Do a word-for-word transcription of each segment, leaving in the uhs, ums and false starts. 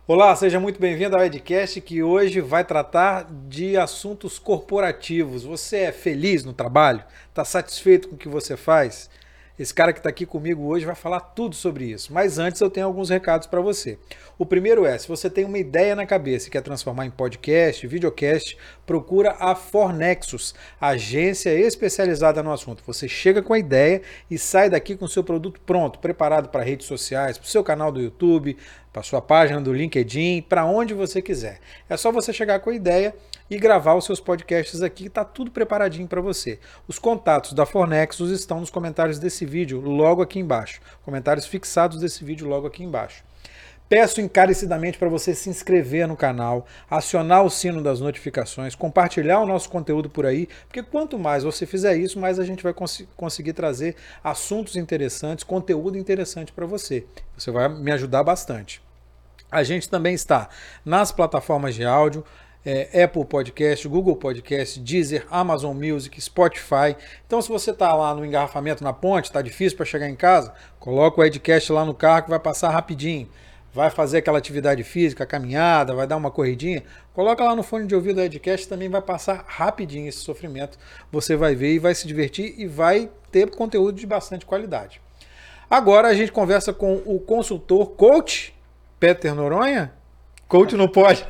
Olá, seja muito bem-vindo ao Edcast, que hoje vai tratar de assuntos corporativos. Você é feliz no trabalho? Está satisfeito com o que você faz? Esse cara que está aqui comigo hoje vai falar tudo sobre isso. Mas antes eu tenho alguns recados para você. O primeiro é, se você tem uma ideia na cabeça e quer transformar em podcast, videocast, procura a Fornexus, agência especializada no assunto. Você chega com a ideia e sai daqui com o seu produto pronto, preparado para redes sociais, para o seu canal do YouTube, para sua página do LinkedIn, para onde você quiser. É só você chegar com a ideia e gravar os seus podcasts aqui, está tudo preparadinho para você. Os contatos da Fornexus estão nos comentários desse vídeo, logo aqui embaixo. Comentários fixados desse vídeo logo aqui embaixo. Peço encarecidamente para você se inscrever no canal, acionar o sino das notificações, compartilhar o nosso conteúdo por aí, porque quanto mais você fizer isso, mais a gente vai cons- conseguir trazer assuntos interessantes, conteúdo interessante para você. Você vai me ajudar bastante. A gente também está nas plataformas de áudio, é, Apple Podcast, Google Podcast, Deezer, Amazon Music, Spotify. Então, se você está lá no engarrafamento na ponte, está difícil para chegar em casa, coloca o Edcast lá no carro que vai passar rapidinho. Vai fazer aquela atividade física, caminhada, vai dar uma corridinha, coloca lá no fone de ouvido do Edcast, também vai passar rapidinho esse sofrimento. Você vai ver e vai se divertir e vai ter conteúdo de bastante qualidade. Agora a gente conversa com o consultor coach Peter Noronha. Coach não pode.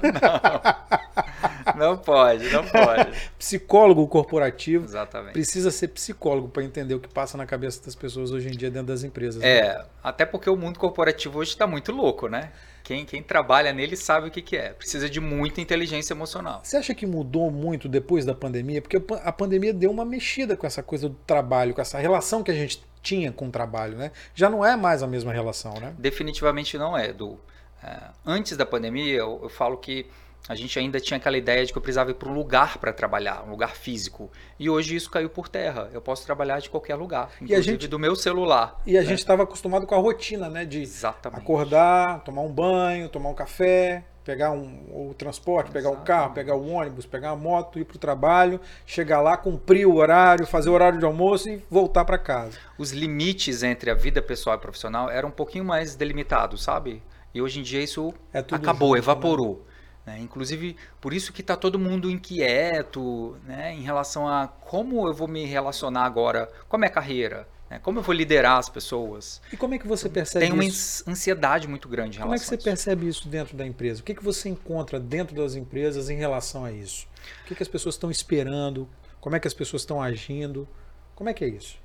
Não, não pode, não pode. Psicólogo corporativo. Exatamente. Precisa ser psicólogo para entender o que passa na cabeça das pessoas hoje em dia dentro das empresas. É, né? até porque o mundo corporativo hoje está muito louco, né? Quem, quem trabalha nele sabe o que, que é. Precisa de muita inteligência emocional. Você acha que mudou muito depois da pandemia? Porque a pandemia deu uma mexida com essa coisa do trabalho, com essa relação que a gente tinha com o trabalho, né? Já não é mais a mesma relação, né? Definitivamente não é, Edu. É, antes da pandemia, eu, eu falo que a gente ainda tinha aquela ideia de que eu precisava ir para um lugar para trabalhar, um lugar físico. E hoje isso caiu por terra. Eu posso trabalhar de qualquer lugar, inclusive e a gente, do meu celular. E a né? gente estava acostumado com a rotina, né? De Exatamente. acordar, tomar um banho, tomar um café, pegar um, o transporte, pegar Exatamente. o carro, pegar o ônibus, pegar a moto, ir para o trabalho, chegar lá, cumprir o horário, fazer o horário de almoço e voltar para casa. Os limites entre a vida pessoal e profissional eram um pouquinho mais delimitados, sabe? E hoje em dia isso é acabou, junto, evaporou. Né? Inclusive, por isso que está todo mundo inquieto, né? Em relação a como eu vou me relacionar agora com a minha carreira, né? Como eu vou liderar as pessoas. E como é que você percebe Tem isso? Tem uma ansiedade muito grande em relação a isso. Como é que você a isso. percebe isso dentro da empresa? O que, que você encontra dentro das empresas em relação a isso? O que, que as pessoas estão esperando? Como é que as pessoas estão agindo? Como é que é isso?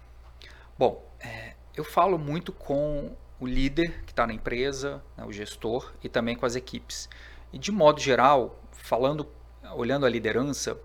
Bom, é, eu falo muito com o líder que está na empresa, né, o gestor, e também com as equipes. E de modo geral, falando, olhando a liderança,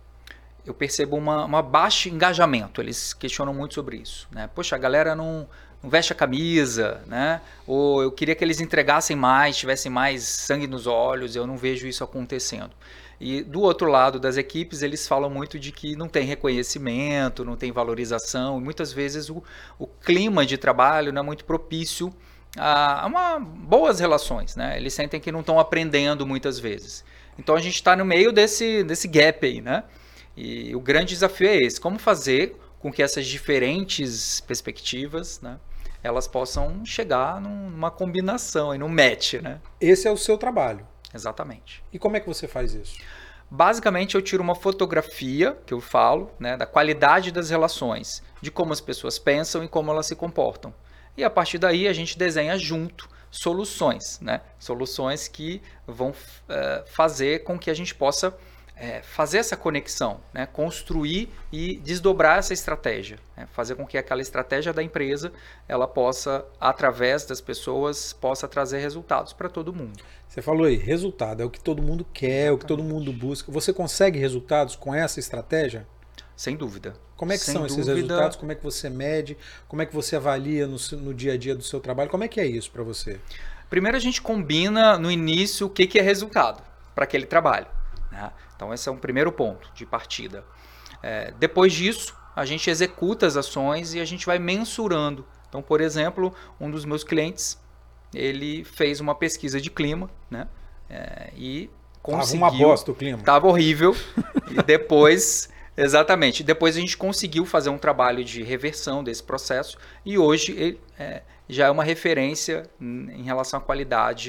eu percebo uma, uma baixo engajamento. Eles questionam muito sobre isso. Né? Poxa, a galera não, não veste a camisa, né? Ou eu queria que eles entregassem mais, tivessem mais sangue nos olhos, eu não vejo isso acontecendo. E do outro lado das equipes, eles falam muito de que não tem reconhecimento, não tem valorização, e muitas vezes o, o clima de trabalho não é muito propício a, a uma, boas relações, né? Eles sentem que não estão aprendendo muitas vezes. Então a gente está no meio desse, desse gap aí, né? E o grande desafio é esse, como fazer com que essas diferentes perspectivas, né, elas possam chegar numa combinação, num match, né? Esse é o seu trabalho. Exatamente. E como é que você faz isso? Basicamente, eu tiro uma fotografia, que eu falo, né, da qualidade das relações, de como as pessoas pensam e como elas se comportam. E a partir daí, a gente desenha junto soluções, né? Soluções que vão uh, fazer com que a gente possa uh, fazer essa conexão, né? Construir e desdobrar essa estratégia, né? Fazer com que aquela estratégia da empresa, ela possa, através das pessoas, possa trazer resultados para todo mundo. Você falou aí, resultado é o que todo mundo quer, Exatamente. É o que todo mundo busca. Você consegue resultados com essa estratégia? Sem dúvida. Como é que Sem são dúvida. esses resultados? Como é que você mede? Como é que você avalia no, no dia a dia do seu trabalho? Como é que é isso para você? Primeiro a gente combina no início o que, que é resultado para aquele trabalho. Né? Então esse é um primeiro ponto de partida. É, depois disso, a gente executa as ações e a gente vai mensurando. Então, por exemplo, um dos meus clientes, ele fez uma pesquisa de clima, né? É, e conseguiu... Tava uma bosta o clima. Tava horrível. E depois... Exatamente. Depois a gente conseguiu fazer um trabalho de reversão desse processo e hoje ele é, já é uma referência em relação à qualidade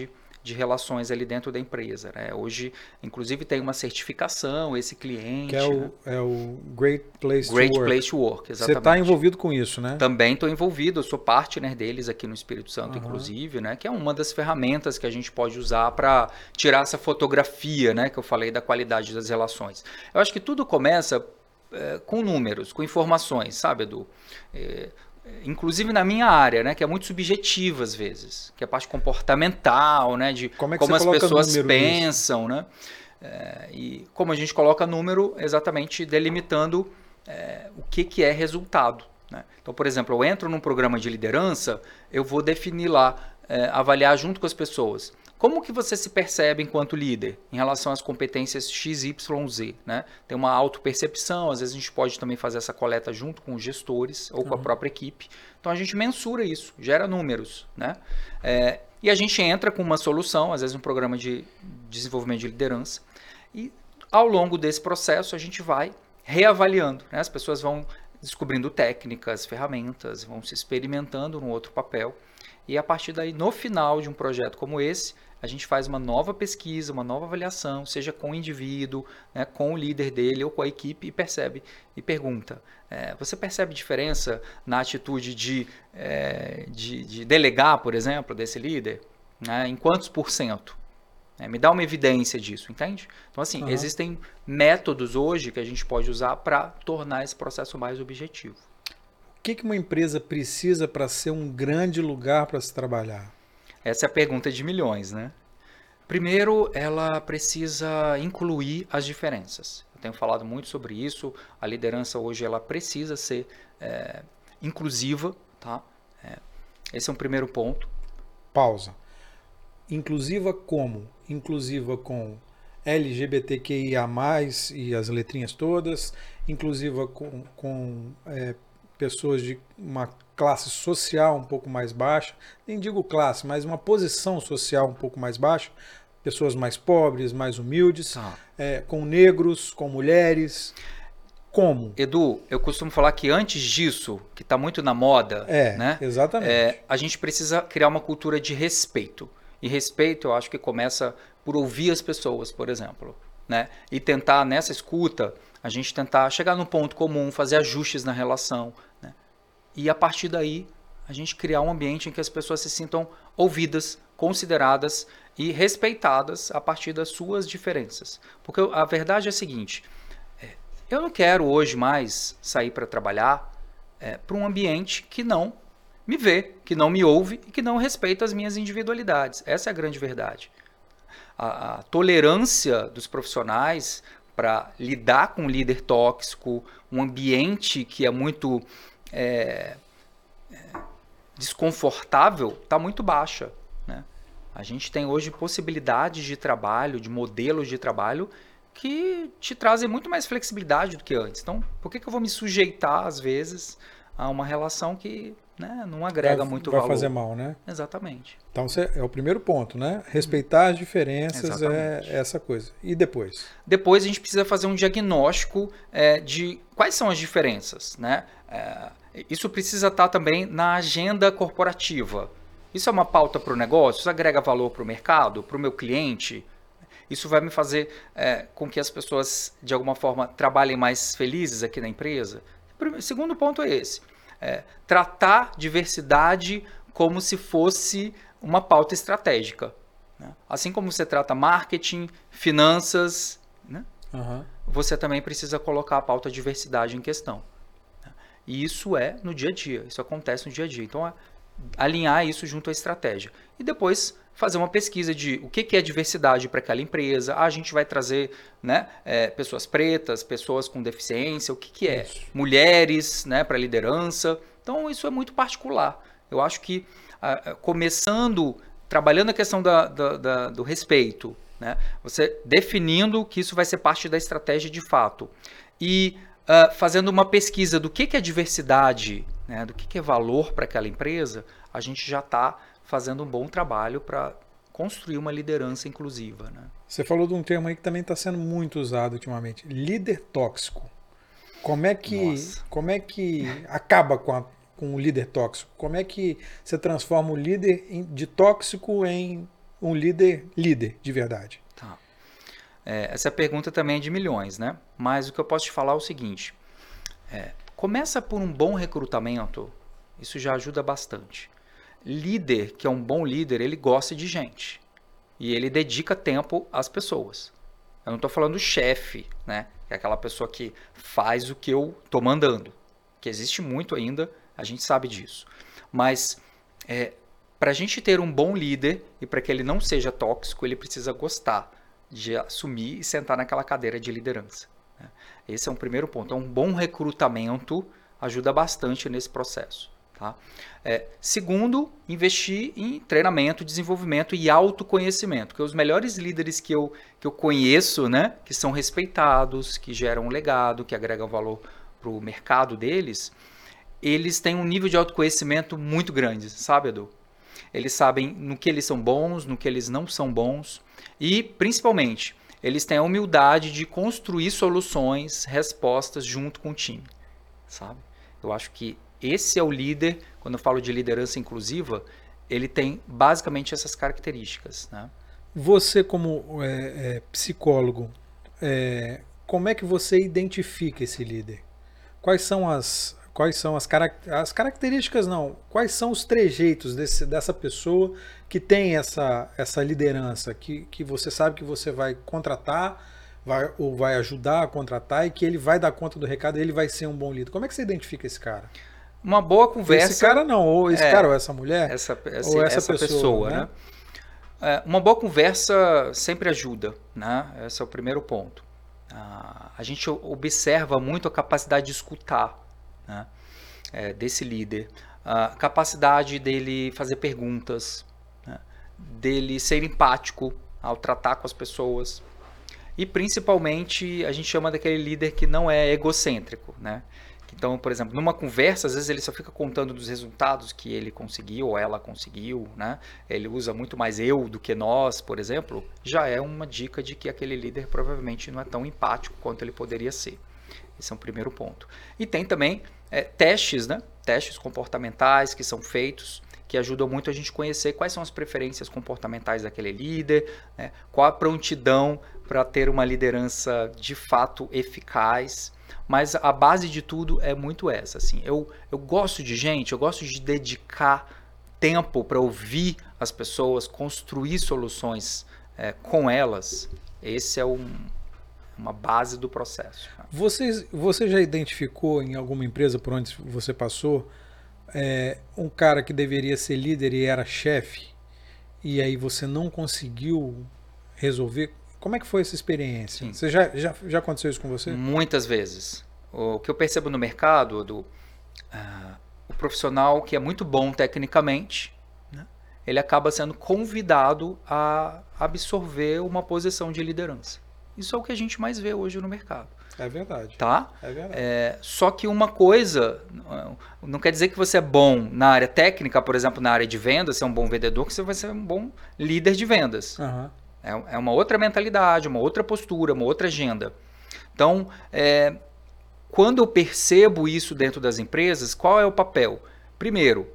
de relações ali dentro da empresa, né? Hoje, inclusive, tem uma certificação, esse cliente... Que é o, né? é o Great Place Great to Work. Place to Work, exatamente. Você está envolvido com isso, né? Também estou envolvido, eu sou partner deles aqui no Espírito Santo, Uhum. inclusive, né? Que é uma das ferramentas que a gente pode usar para tirar essa fotografia, né? Que eu falei da qualidade das relações. Eu acho que tudo começa é, com números, com informações, sabe, Edu? É, inclusive na minha área, né, que é muito subjetiva às vezes, que é a parte comportamental, né, de como, é como as pessoas pensam, nisso? né, é, e como a gente coloca número exatamente delimitando é, o que, que é resultado. Né? Então, por exemplo, eu entro num programa de liderança, eu vou definir lá, é, avaliar junto com as pessoas. Como que você se percebe enquanto líder em relação às competências X, Y, Z? Né? Tem uma autopercepção, às vezes a gente pode também fazer essa coleta junto com os gestores ou com a própria equipe. Então a gente mensura isso, gera números. Né? É, e a gente entra com uma solução, às vezes um programa de desenvolvimento de liderança, e ao longo desse processo a gente vai reavaliando. Né? As pessoas vão descobrindo técnicas, ferramentas, vão se experimentando num outro papel. E a partir daí, no final de um projeto como esse, a gente faz uma nova pesquisa, uma nova avaliação, seja com o indivíduo, né, com o líder dele ou com a equipe, e percebe e pergunta, é, você percebe diferença na atitude de, é, de, de delegar, por exemplo, desse líder? Né, em quantos por cento? É, me dá uma evidência disso, entende? Então, assim, uhum. existem métodos hoje que a gente pode usar para tornar esse processo mais objetivo. O que, que uma empresa precisa para ser um grande lugar para se trabalhar? Essa é a pergunta de milhões, né? Primeiro, ela precisa incluir as diferenças. Eu tenho falado muito sobre isso. A liderança hoje ela precisa ser é, inclusiva, tá? É, esse é um primeiro ponto. Pausa. Inclusiva como? Inclusiva com L G B T Q I A mais, e as letrinhas todas. Inclusiva com, com é, pessoas de uma classe social um pouco mais baixa, nem digo classe, mas uma posição social um pouco mais baixa, pessoas mais pobres, mais humildes, ah. é, com negros, com mulheres. Como? Edu, eu costumo falar que antes disso, que está muito na moda, é, né, exatamente. É, a gente precisa criar uma cultura de respeito. E respeito eu acho que começa por ouvir as pessoas, por exemplo. Né? E tentar, nessa escuta, a gente tentar chegar num ponto comum, fazer ajustes na relação. Né? E a partir daí, a gente criar um ambiente em que as pessoas se sintam ouvidas, consideradas e respeitadas a partir das suas diferenças. Porque a verdade é a seguinte, é, eu não quero hoje mais sair para trabalhar é, para um ambiente que não me vê, que não me ouve e que não respeita as minhas individualidades. Essa é a grande verdade. A, a tolerância dos profissionais para lidar com um líder tóxico, um ambiente que é muito é, é, desconfortável, está muito baixa. Né? A gente tem hoje possibilidades de trabalho, de modelos de trabalho que te trazem muito mais flexibilidade do que antes. Então, por que, que eu vou me sujeitar, às vezes, a uma relação que né, não agrega vai, muito vai valor? Vai fazer mal, né? Exatamente. Então, você, é o primeiro ponto, né? Respeitar as diferenças. Exatamente. É essa coisa. E depois? Depois a gente precisa fazer um diagnóstico é, de quais são as diferenças, né? É, isso precisa estar também na agenda corporativa. Isso é uma pauta para o negócio? Isso agrega valor para o mercado, para o meu cliente? Isso vai me fazer é, com que as pessoas, de alguma forma, trabalhem mais felizes aqui na empresa? O segundo ponto é esse. É, tratar diversidade como se fosse uma pauta estratégica. Né? Assim como você trata marketing, finanças, né? Uhum. Você também precisa colocar a pauta diversidade em questão. Né? E isso é no dia a dia, isso acontece no dia a dia. Então, é alinhar isso junto à estratégia. E depois fazer uma pesquisa de o que é diversidade para aquela empresa. Ah, a gente vai trazer né, é, pessoas pretas, pessoas com deficiência, o que, que é? Isso. Mulheres né, para liderança. Então, isso é muito particular. Eu acho que ah, começando, trabalhando a questão da, da, da, do respeito, né, você definindo que isso vai ser parte da estratégia de fato e ah, fazendo uma pesquisa do que, que é diversidade, né, do que, que é valor para aquela empresa, a gente já está fazendo um bom trabalho para construir uma liderança inclusiva. Né? Você falou de um termo aí que também está sendo muito usado ultimamente, líder tóxico. Como é que, como é que acaba com, a, com o líder tóxico? Como é que você transforma o líder em, de tóxico em um líder, líder de verdade? Tá. É, essa pergunta também é de milhões, né? Mas o que eu posso te falar é o seguinte, é, começa por um bom recrutamento, isso já ajuda bastante. Líder, que é um bom líder, ele gosta de gente e ele dedica tempo às pessoas. Eu não estou falando chefe, né? Que é aquela pessoa que faz o que eu estou mandando, que existe muito ainda, a gente sabe disso. Mas é, para a gente ter um bom líder e para que ele não seja tóxico, ele precisa gostar de assumir e sentar naquela cadeira de liderança, né? Esse é um primeiro ponto. Então, um bom recrutamento ajuda bastante nesse processo. Tá? É, segundo, investir em treinamento, desenvolvimento e autoconhecimento, porque os melhores líderes que eu, que eu conheço, né, que são respeitados, que geram um legado, que agregam valor para o mercado deles, eles têm um nível de autoconhecimento muito grande, sabe, Edu? Eles sabem no que eles são bons, no que eles não são bons e, principalmente, eles têm a humildade de construir soluções, respostas junto com o time, sabe? Eu acho que esse é o líder, quando eu falo de liderança inclusiva, ele tem basicamente essas características, né? Você como é, é, psicólogo, é, como é que você identifica esse líder? Quais são as, quais são as, carac as características, não, quais são os trejeitos desse, dessa pessoa que tem essa, essa liderança, que, que você sabe que você vai contratar, vai, ou vai ajudar a contratar e que ele vai dar conta do recado e ele vai ser um bom líder. Como é que você identifica esse cara? Uma boa conversa... Esse cara não, ou esse é, cara ou essa mulher, essa, essa, ou essa, essa pessoa, pessoa, né? né? É, uma boa conversa sempre ajuda, né? Esse é o primeiro ponto. Ah, a gente observa muito a capacidade de escutar, né? É, desse líder, a capacidade dele fazer perguntas, né? Dele ser empático ao tratar com as pessoas e principalmente a gente chama daquele líder que não é egocêntrico, né? Então, por exemplo, numa conversa, às vezes ele só fica contando dos resultados que ele conseguiu ou ela conseguiu, né? Ele usa muito mais eu do que nós, por exemplo, já é uma dica de que aquele líder provavelmente não é tão empático quanto ele poderia ser. Esse é um primeiro ponto. E tem também é, testes, né? Testes comportamentais que são feitos, que ajudam muito a gente conhecer quais são as preferências comportamentais daquele líder, né? Qual a prontidão para ter uma liderança de fato eficaz. Mas a base de tudo é muito essa, assim, eu, eu gosto de gente, eu gosto de dedicar tempo para ouvir as pessoas, construir soluções é, com elas. Esse é um, uma base do processo. Você, você já identificou em alguma empresa por onde você passou é, um cara que deveria ser líder e era chefe e aí você não conseguiu resolver? Como é que foi essa experiência? Sim. Você já, já, já aconteceu isso com você? Muitas vezes. O que eu percebo no mercado, do, uh, o profissional que é muito bom tecnicamente, né, ele acaba sendo convidado a absorver uma posição de liderança. Isso é o que a gente mais vê hoje no mercado. É verdade. Tá? É verdade. É, só que uma coisa, não quer dizer que você é bom na área técnica, por exemplo, na área de vendas, você é um bom vendedor, que você vai ser um bom líder de vendas. Uhum. É uma outra mentalidade, uma outra postura, uma outra agenda. Então, é, quando eu percebo isso dentro das empresas, qual é o papel? Primeiro,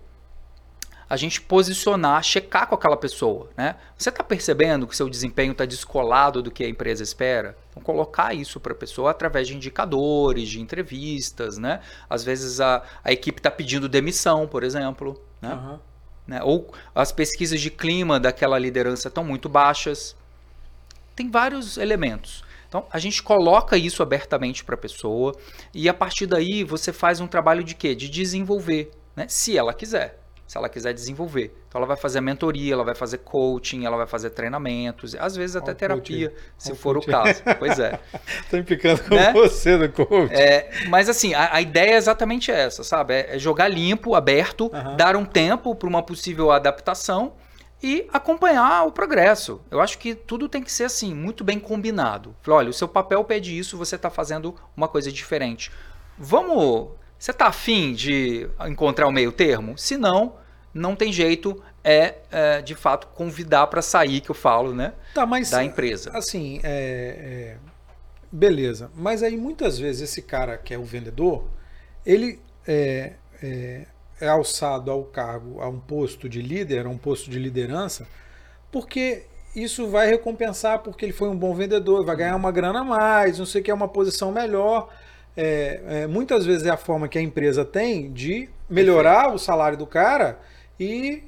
a gente posicionar, checar com aquela pessoa, né? Você está percebendo que seu desempenho está descolado do que a empresa espera? Então, colocar isso para a pessoa através de indicadores, de entrevistas, né? Às vezes a, a equipe está pedindo demissão, por exemplo, né? Uhum. Né? Ou as pesquisas de clima daquela liderança estão muito baixas. Tem vários elementos. Então, a gente coloca isso abertamente para a pessoa e a partir daí você faz um trabalho de quê? De desenvolver, né? Se ela quiser. Se ela quiser desenvolver. Então, ela vai fazer mentoria, ela vai fazer coaching, ela vai fazer treinamentos, às vezes até Olha terapia, coaching. se Olha for coaching. o caso. Pois é. Estou implicando com Né? você no coaching. É, mas assim, a, a ideia é exatamente essa, sabe? É, é jogar limpo, aberto, Uhum. dar um tempo para uma possível adaptação e acompanhar o progresso. Eu acho que tudo tem que ser assim, muito bem combinado. Falei, olha, o seu papel pede isso, você está fazendo uma coisa diferente. Vamos... Você está afim de encontrar o meio termo? Se não, não tem jeito, é, é de fato convidar para sair, que eu falo, né? Tá, mas, da empresa. Assim, é, é, beleza. Mas aí muitas vezes esse cara que é o vendedor, ele é, é, é alçado ao cargo, a um posto de líder, a um posto de liderança, porque isso vai recompensar porque ele foi um bom vendedor, vai ganhar uma grana a mais, não sei o que, é uma posição melhor. É, é, muitas vezes é a forma que a empresa tem de melhorar Perfeito. O salário do cara e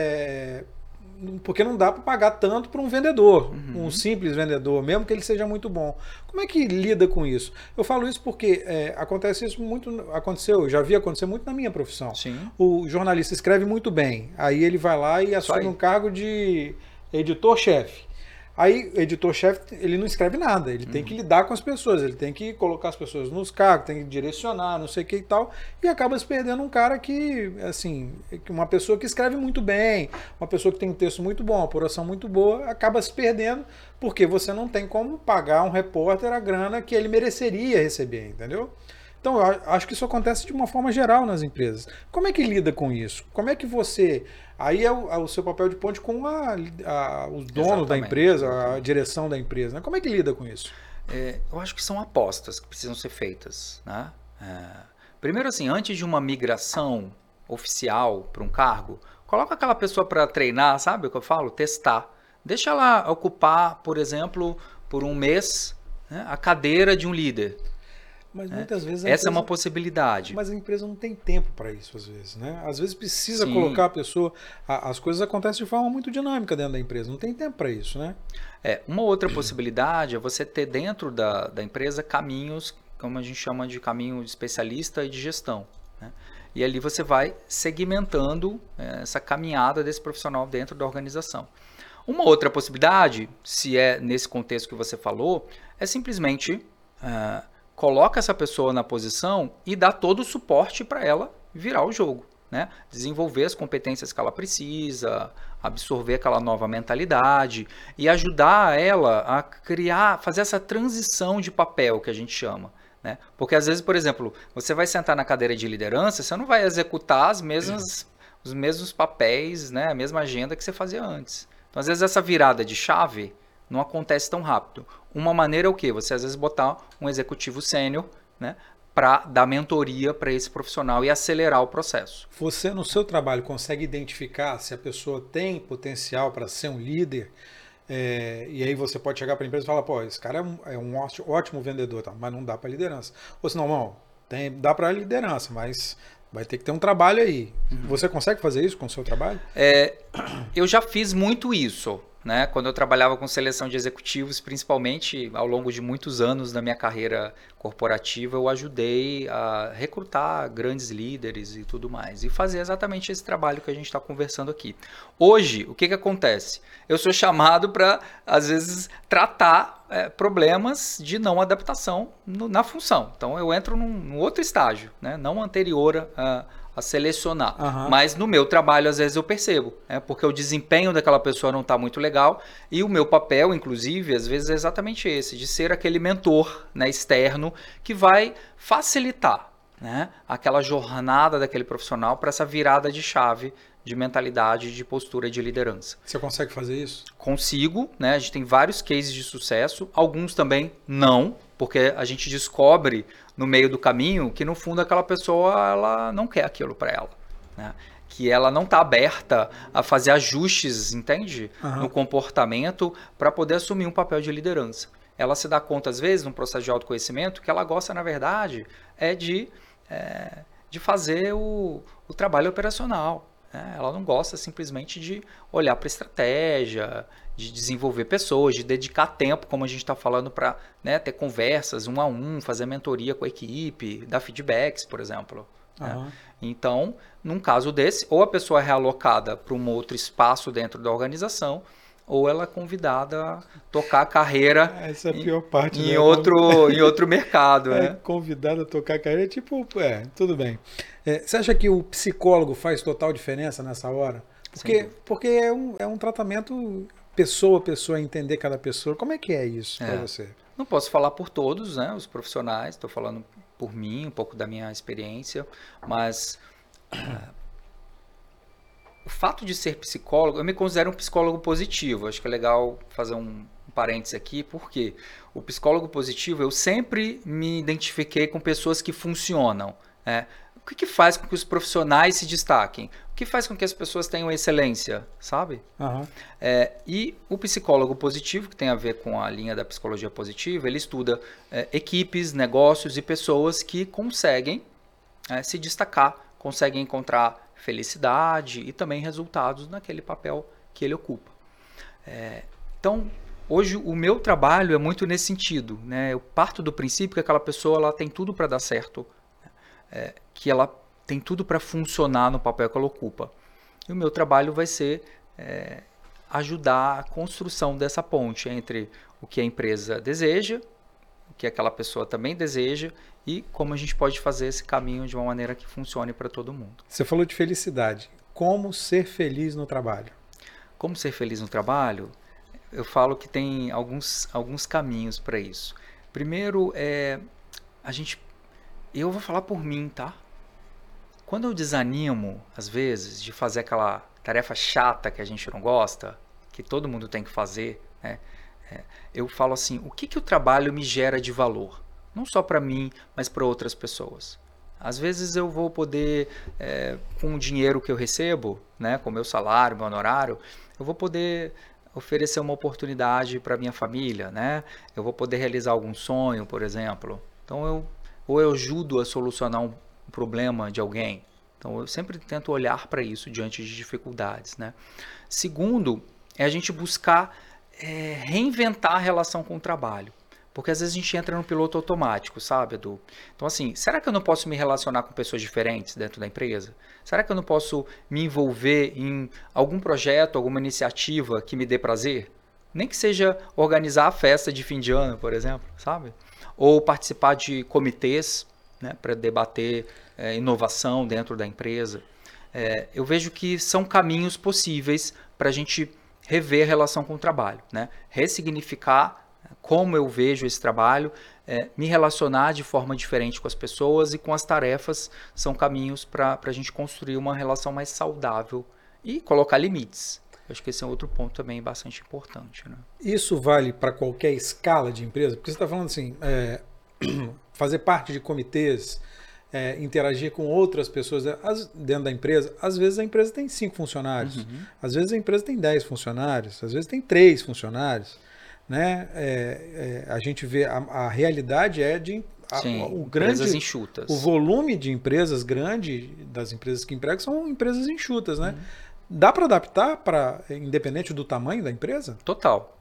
é, porque não dá para pagar tanto para um vendedor, uhum. um simples vendedor, mesmo que ele seja muito bom. Como é que lida com isso? Eu falo isso porque é, acontece isso muito, aconteceu, já vi acontecer muito na minha profissão. Sim. O jornalista escreve muito bem, aí ele vai lá e assume um cargo de editor-chefe. Aí, editor-chefe, ele não escreve nada, ele uhum. tem que lidar com as pessoas, ele tem que colocar as pessoas nos cargos, tem que direcionar, não sei o que e tal, e acaba se perdendo um cara que, assim, uma pessoa que escreve muito bem, uma pessoa que tem um texto muito bom, uma apuração muito boa, acaba se perdendo porque você não tem como pagar um repórter a grana que ele mereceria receber, entendeu? Então, eu acho que isso acontece de uma forma geral nas empresas. Como é que lida com isso? Como é que você... Aí é o, é o seu papel de ponte com a, a, os donos exatamente, da empresa, exatamente. A direção da empresa. Né? Como é que lida com isso? É, eu acho que são apostas que precisam ser feitas. Né? É, primeiro, assim, antes de uma migração oficial para um cargo, coloca aquela pessoa para treinar, sabe o que eu falo? Testar. Deixa ela ocupar, por exemplo, por um mês, né, a cadeira de um líder. Mas muitas é. vezes Essa empresa, é uma possibilidade. Mas a empresa não tem tempo para isso, às vezes, né? Às vezes precisa Sim. colocar a pessoa... A, as coisas acontecem de forma muito dinâmica dentro da empresa. Não tem tempo para isso, né? É, uma outra possibilidade é você ter dentro da, da empresa caminhos, como a gente chama de caminho de especialista e de gestão. Né? E ali você vai segmentando é, essa caminhada desse profissional dentro da organização. Uma outra possibilidade, se é nesse contexto que você falou, é simplesmente... É, coloca essa pessoa na posição e dá todo o suporte para ela virar o jogo, né? Desenvolver as competências que ela precisa, absorver aquela nova mentalidade e ajudar ela a criar, fazer essa transição de papel que a gente chama, né? Porque às vezes, por exemplo, você vai sentar na cadeira de liderança, você não vai executar as mesmas, os mesmos papéis, né? A mesma agenda que você fazia antes. Então, às vezes, essa virada de chave não acontece tão rápido. Uma maneira é o quê? Você às vezes botar um executivo sênior, né, para dar mentoria para esse profissional e acelerar o processo. Você no seu trabalho consegue identificar se a pessoa tem potencial para ser um líder? É, e aí você pode chegar para a empresa e falar, pô, esse cara é um, é um ótimo, ótimo vendedor, tá? Mas não dá para liderança. Ou senão, não, tem, dá para liderança, mas vai ter que ter um trabalho aí. Uhum. Você consegue fazer isso com o seu trabalho? É, eu já fiz muito isso. Né? Quando eu trabalhava com seleção de executivos, principalmente ao longo de muitos anos da minha carreira corporativa, eu ajudei a recrutar grandes líderes e tudo mais. E fazer exatamente esse trabalho que a gente está conversando aqui. Hoje, o que, que acontece? Eu sou chamado para, às vezes, tratar é, problemas de não adaptação no, na função. Então, eu entro num, num outro estágio, né? Não anterior a... a selecionar, uhum. Mas no meu trabalho às vezes eu percebo, né? Porque o desempenho daquela pessoa não está muito legal e o meu papel, inclusive, às vezes é exatamente esse, de ser aquele mentor, né, externo que vai facilitar, né, aquela jornada daquele profissional para essa virada de chave de mentalidade, de postura de liderança. Você consegue fazer isso? Consigo, né? A gente tem vários cases de sucesso, alguns também não, porque a gente descobre no meio do caminho que no fundo aquela pessoa ela não quer aquilo para ela, né? Que ela não está aberta a fazer ajustes, entende? Uhum. No comportamento para poder assumir um papel de liderança. Ela se dá conta às vezes no processo de autoconhecimento que ela gosta na verdade é de, é, de fazer o, o trabalho operacional. Ela não gosta simplesmente de olhar para a estratégia, de desenvolver pessoas, de dedicar tempo, como a gente está falando, para, né, ter conversas um a um, fazer mentoria com a equipe, dar feedbacks, por exemplo. Uhum. Né? Então, num caso desse, ou a pessoa é realocada para um outro espaço dentro da organização, ou ela é convidada a tocar a carreira Essa é a pior parte, em, né? outro, em outro mercado. É, né? Convidada a tocar a carreira, tipo, é, tudo bem. É, você acha que o psicólogo faz total diferença nessa hora? Porque, porque é, um, é um tratamento pessoa a pessoa, entender cada pessoa. Como é que é isso é. para você? Não posso falar por todos, né, os profissionais, estou falando por mim, um pouco da minha experiência, mas... O fato de ser psicólogo, eu me considero um psicólogo positivo. Acho que é legal fazer um parênteses aqui, porque o psicólogo positivo, eu sempre me identifiquei com pessoas que funcionam. Né? o que, que faz com que os profissionais se destaquem? O que faz com que as pessoas tenham excelência, sabe? Uhum. É, e o psicólogo positivo, que tem a ver com a linha da psicologia positiva, ele estuda é, equipes, negócios e pessoas que conseguem é, se destacar, conseguem encontrar felicidade e também resultados naquele papel que ele ocupa. É, então, hoje o meu trabalho é muito nesse sentido, né? Eu parto do princípio que aquela pessoa ela tem tudo para dar certo, é, que ela tem tudo para funcionar no papel que ela ocupa. E o meu trabalho vai ser é, ajudar a construção dessa ponte entre o que a empresa deseja, o que aquela pessoa também deseja e como a gente pode fazer esse caminho de uma maneira que funcione para todo mundo. Você falou de felicidade. Como ser feliz no trabalho? Como ser feliz no trabalho? Eu falo que tem alguns, alguns caminhos para isso. Primeiro, é, a gente, eu vou falar por mim, tá? Quando eu desanimo, às vezes, de fazer aquela tarefa chata que a gente não gosta, que todo mundo tem que fazer, né? É, eu falo assim, o que, que o trabalho me gera de valor? Não só para mim, mas para outras pessoas. Às vezes eu vou poder, é, com o dinheiro que eu recebo, né, com o meu salário, meu honorário, eu vou poder oferecer uma oportunidade para minha família, né? Eu vou poder realizar algum sonho, por exemplo. Então, eu, ou eu ajudo a solucionar um problema de alguém. Então, eu sempre tento olhar para isso diante de dificuldades, né? Segundo, é a gente buscar é, reinventar a relação com o trabalho. Porque às vezes a gente entra no piloto automático, sabe, Edu? Então, assim, será que eu não posso me relacionar com pessoas diferentes dentro da empresa? Será que eu não posso me envolver em algum projeto, alguma iniciativa que me dê prazer? Nem que seja organizar a festa de fim de ano, por exemplo, sabe? Ou participar de comitês, né, para debater é, inovação dentro da empresa. É, eu vejo que são caminhos possíveis para a gente rever a relação com o trabalho, né? Ressignificar como eu vejo esse trabalho, é, me relacionar de forma diferente com as pessoas e com as tarefas são caminhos para a gente construir uma relação mais saudável e colocar limites. Eu acho que esse é outro ponto também bastante importante, né? Isso vale para qualquer escala de empresa? Porque você está falando assim, é, fazer parte de comitês, é, interagir com outras pessoas dentro da empresa. Às vezes a empresa tem cinco funcionários, uhum. Às vezes a empresa tem dez funcionários, às vezes tem três funcionários. Né? É, é, a gente vê a, a realidade é de a, Sim, o grande empresas enxutas. O volume de empresas grande das empresas que empregam são empresas enxutas, né? Uhum. Dá para adaptar para independente do tamanho da empresa? Total.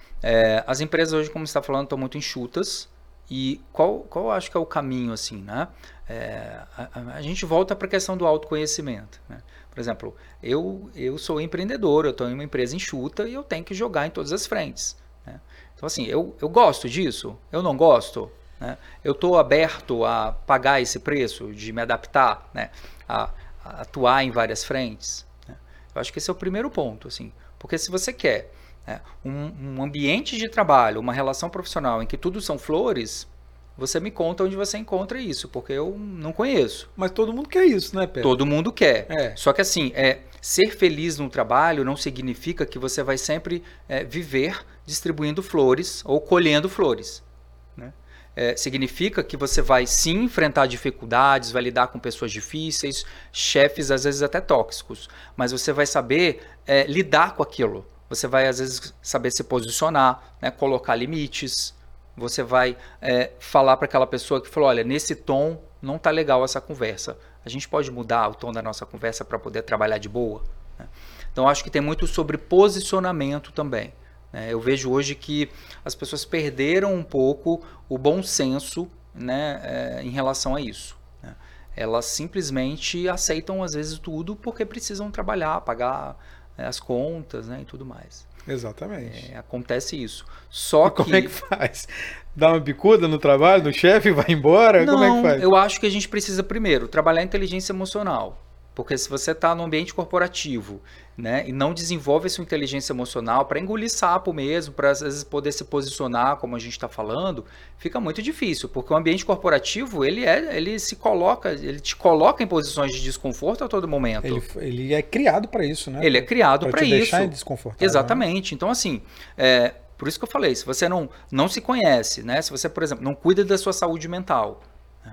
É, as empresas hoje, como você está falando, estão muito enxutas. E qual, qual eu acho que é o caminho assim, né? É, a, a gente volta para a questão do autoconhecimento, né? Por exemplo, eu eu sou empreendedor, eu estou em uma empresa enxuta e eu tenho que jogar em todas as frentes. Né? Então, assim, eu, eu gosto disso? Eu não gosto? Né? Eu estou aberto a pagar esse preço, de me adaptar, né? a, a atuar em várias frentes? Né? Eu acho que esse é o primeiro ponto. Assim, porque se você quer né, um, um ambiente de trabalho, uma relação profissional em que tudo são flores, você me conta onde você encontra isso, porque eu não conheço. Mas todo mundo quer isso, né, Pedro? Todo mundo quer. É. Só que assim, é, ser feliz no trabalho não significa que você vai sempre é, viver distribuindo flores ou colhendo flores. Né? É, significa que você vai sim enfrentar dificuldades, vai lidar com pessoas difíceis, chefes às vezes até tóxicos, mas você vai saber é, lidar com aquilo. Você vai às vezes saber se posicionar, né, colocar limites. Você vai é, falar para aquela pessoa que falou, olha, nesse tom não tá legal essa conversa. A gente pode mudar o tom da nossa conversa para poder trabalhar de boa? Né? Então, acho que tem muito sobre posicionamento também. Né? Eu vejo hoje que as pessoas perderam um pouco o bom senso, né, é, em relação a isso. Né? Elas simplesmente aceitam, às vezes, tudo porque precisam trabalhar, pagar é, as contas, né, e tudo mais. Exatamente. É, acontece isso. Só e como que... é que faz? Dá uma bicuda no trabalho, no chefe, vai embora? Não, como é que faz? Eu acho que a gente precisa primeiro trabalhar a inteligência emocional. Porque se você está no ambiente corporativo, né, e não desenvolve essa inteligência emocional para engolir sapo mesmo, para às vezes poder se posicionar, como a gente está falando, fica muito difícil. Porque o ambiente corporativo, ele, é, ele se coloca, ele te coloca em posições de desconforto a todo momento. Ele, ele é criado para isso, né? Ele é criado para isso. Deixar desconfortável. Exatamente. Né? Então, assim, é, por isso que eu falei, se você não, não se conhece, né, se você, por exemplo, não cuida da sua saúde mental,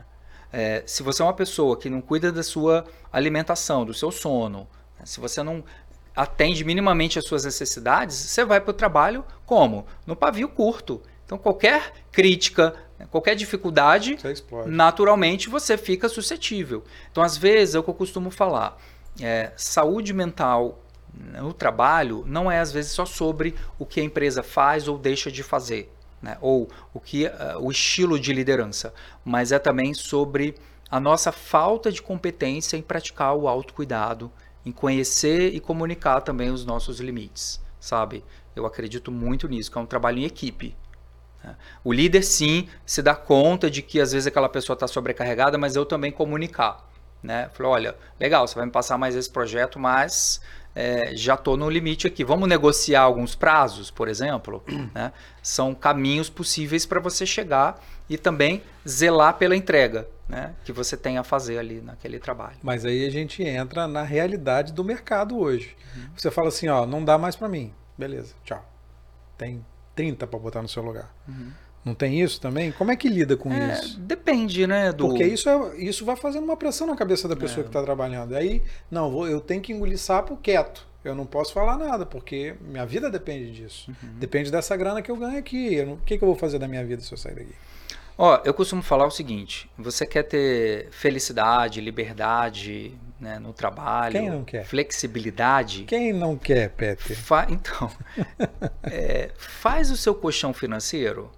É, se você é uma pessoa que não cuida da sua alimentação, do seu sono, né? Se você não atende minimamente às suas necessidades, você vai para o trabalho como? No pavio curto. Então, qualquer crítica, qualquer dificuldade, naturalmente você fica suscetível. Então, às vezes, é o que eu costumo falar. É, saúde mental no trabalho não é, às vezes, só sobre o que a empresa faz ou deixa de fazer, né? Ou o, que, uh, o estilo de liderança, mas é também sobre a nossa falta de competência em praticar o autocuidado, em conhecer e comunicar também os nossos limites, sabe? Eu acredito muito nisso, que é um trabalho em equipe. O líder, sim, se dá conta de que às vezes aquela pessoa está sobrecarregada, mas eu também comunicar, né? Falei, olha, legal, você vai me passar mais esse projeto, mas é, já estou no limite aqui. Vamos negociar alguns prazos, por exemplo? Né? São caminhos possíveis para você chegar e também zelar pela entrega, né, que você tem a fazer ali naquele trabalho. Mas aí a gente entra na realidade do mercado hoje. Uhum. Você fala assim, ó, não dá mais para mim. Beleza, tchau. Tem trinta para botar no seu lugar. Uhum. Não tem isso também? Como é que lida com é, isso? Depende, né? Do... Porque isso, é, isso vai fazendo uma pressão na cabeça da pessoa é. que está trabalhando. Aí, não, vou, eu tenho que engolir sapo quieto. Eu não posso falar nada, porque minha vida depende disso. Uhum. Depende dessa grana que eu ganho aqui. Eu não, o que, que eu vou fazer da minha vida se eu sair daqui? Ó, eu costumo falar o seguinte, você quer ter felicidade, liberdade, né, no trabalho, quem não quer? Flexibilidade. Quem não quer, Peter? Fa então, é, faz o seu colchão financeiro.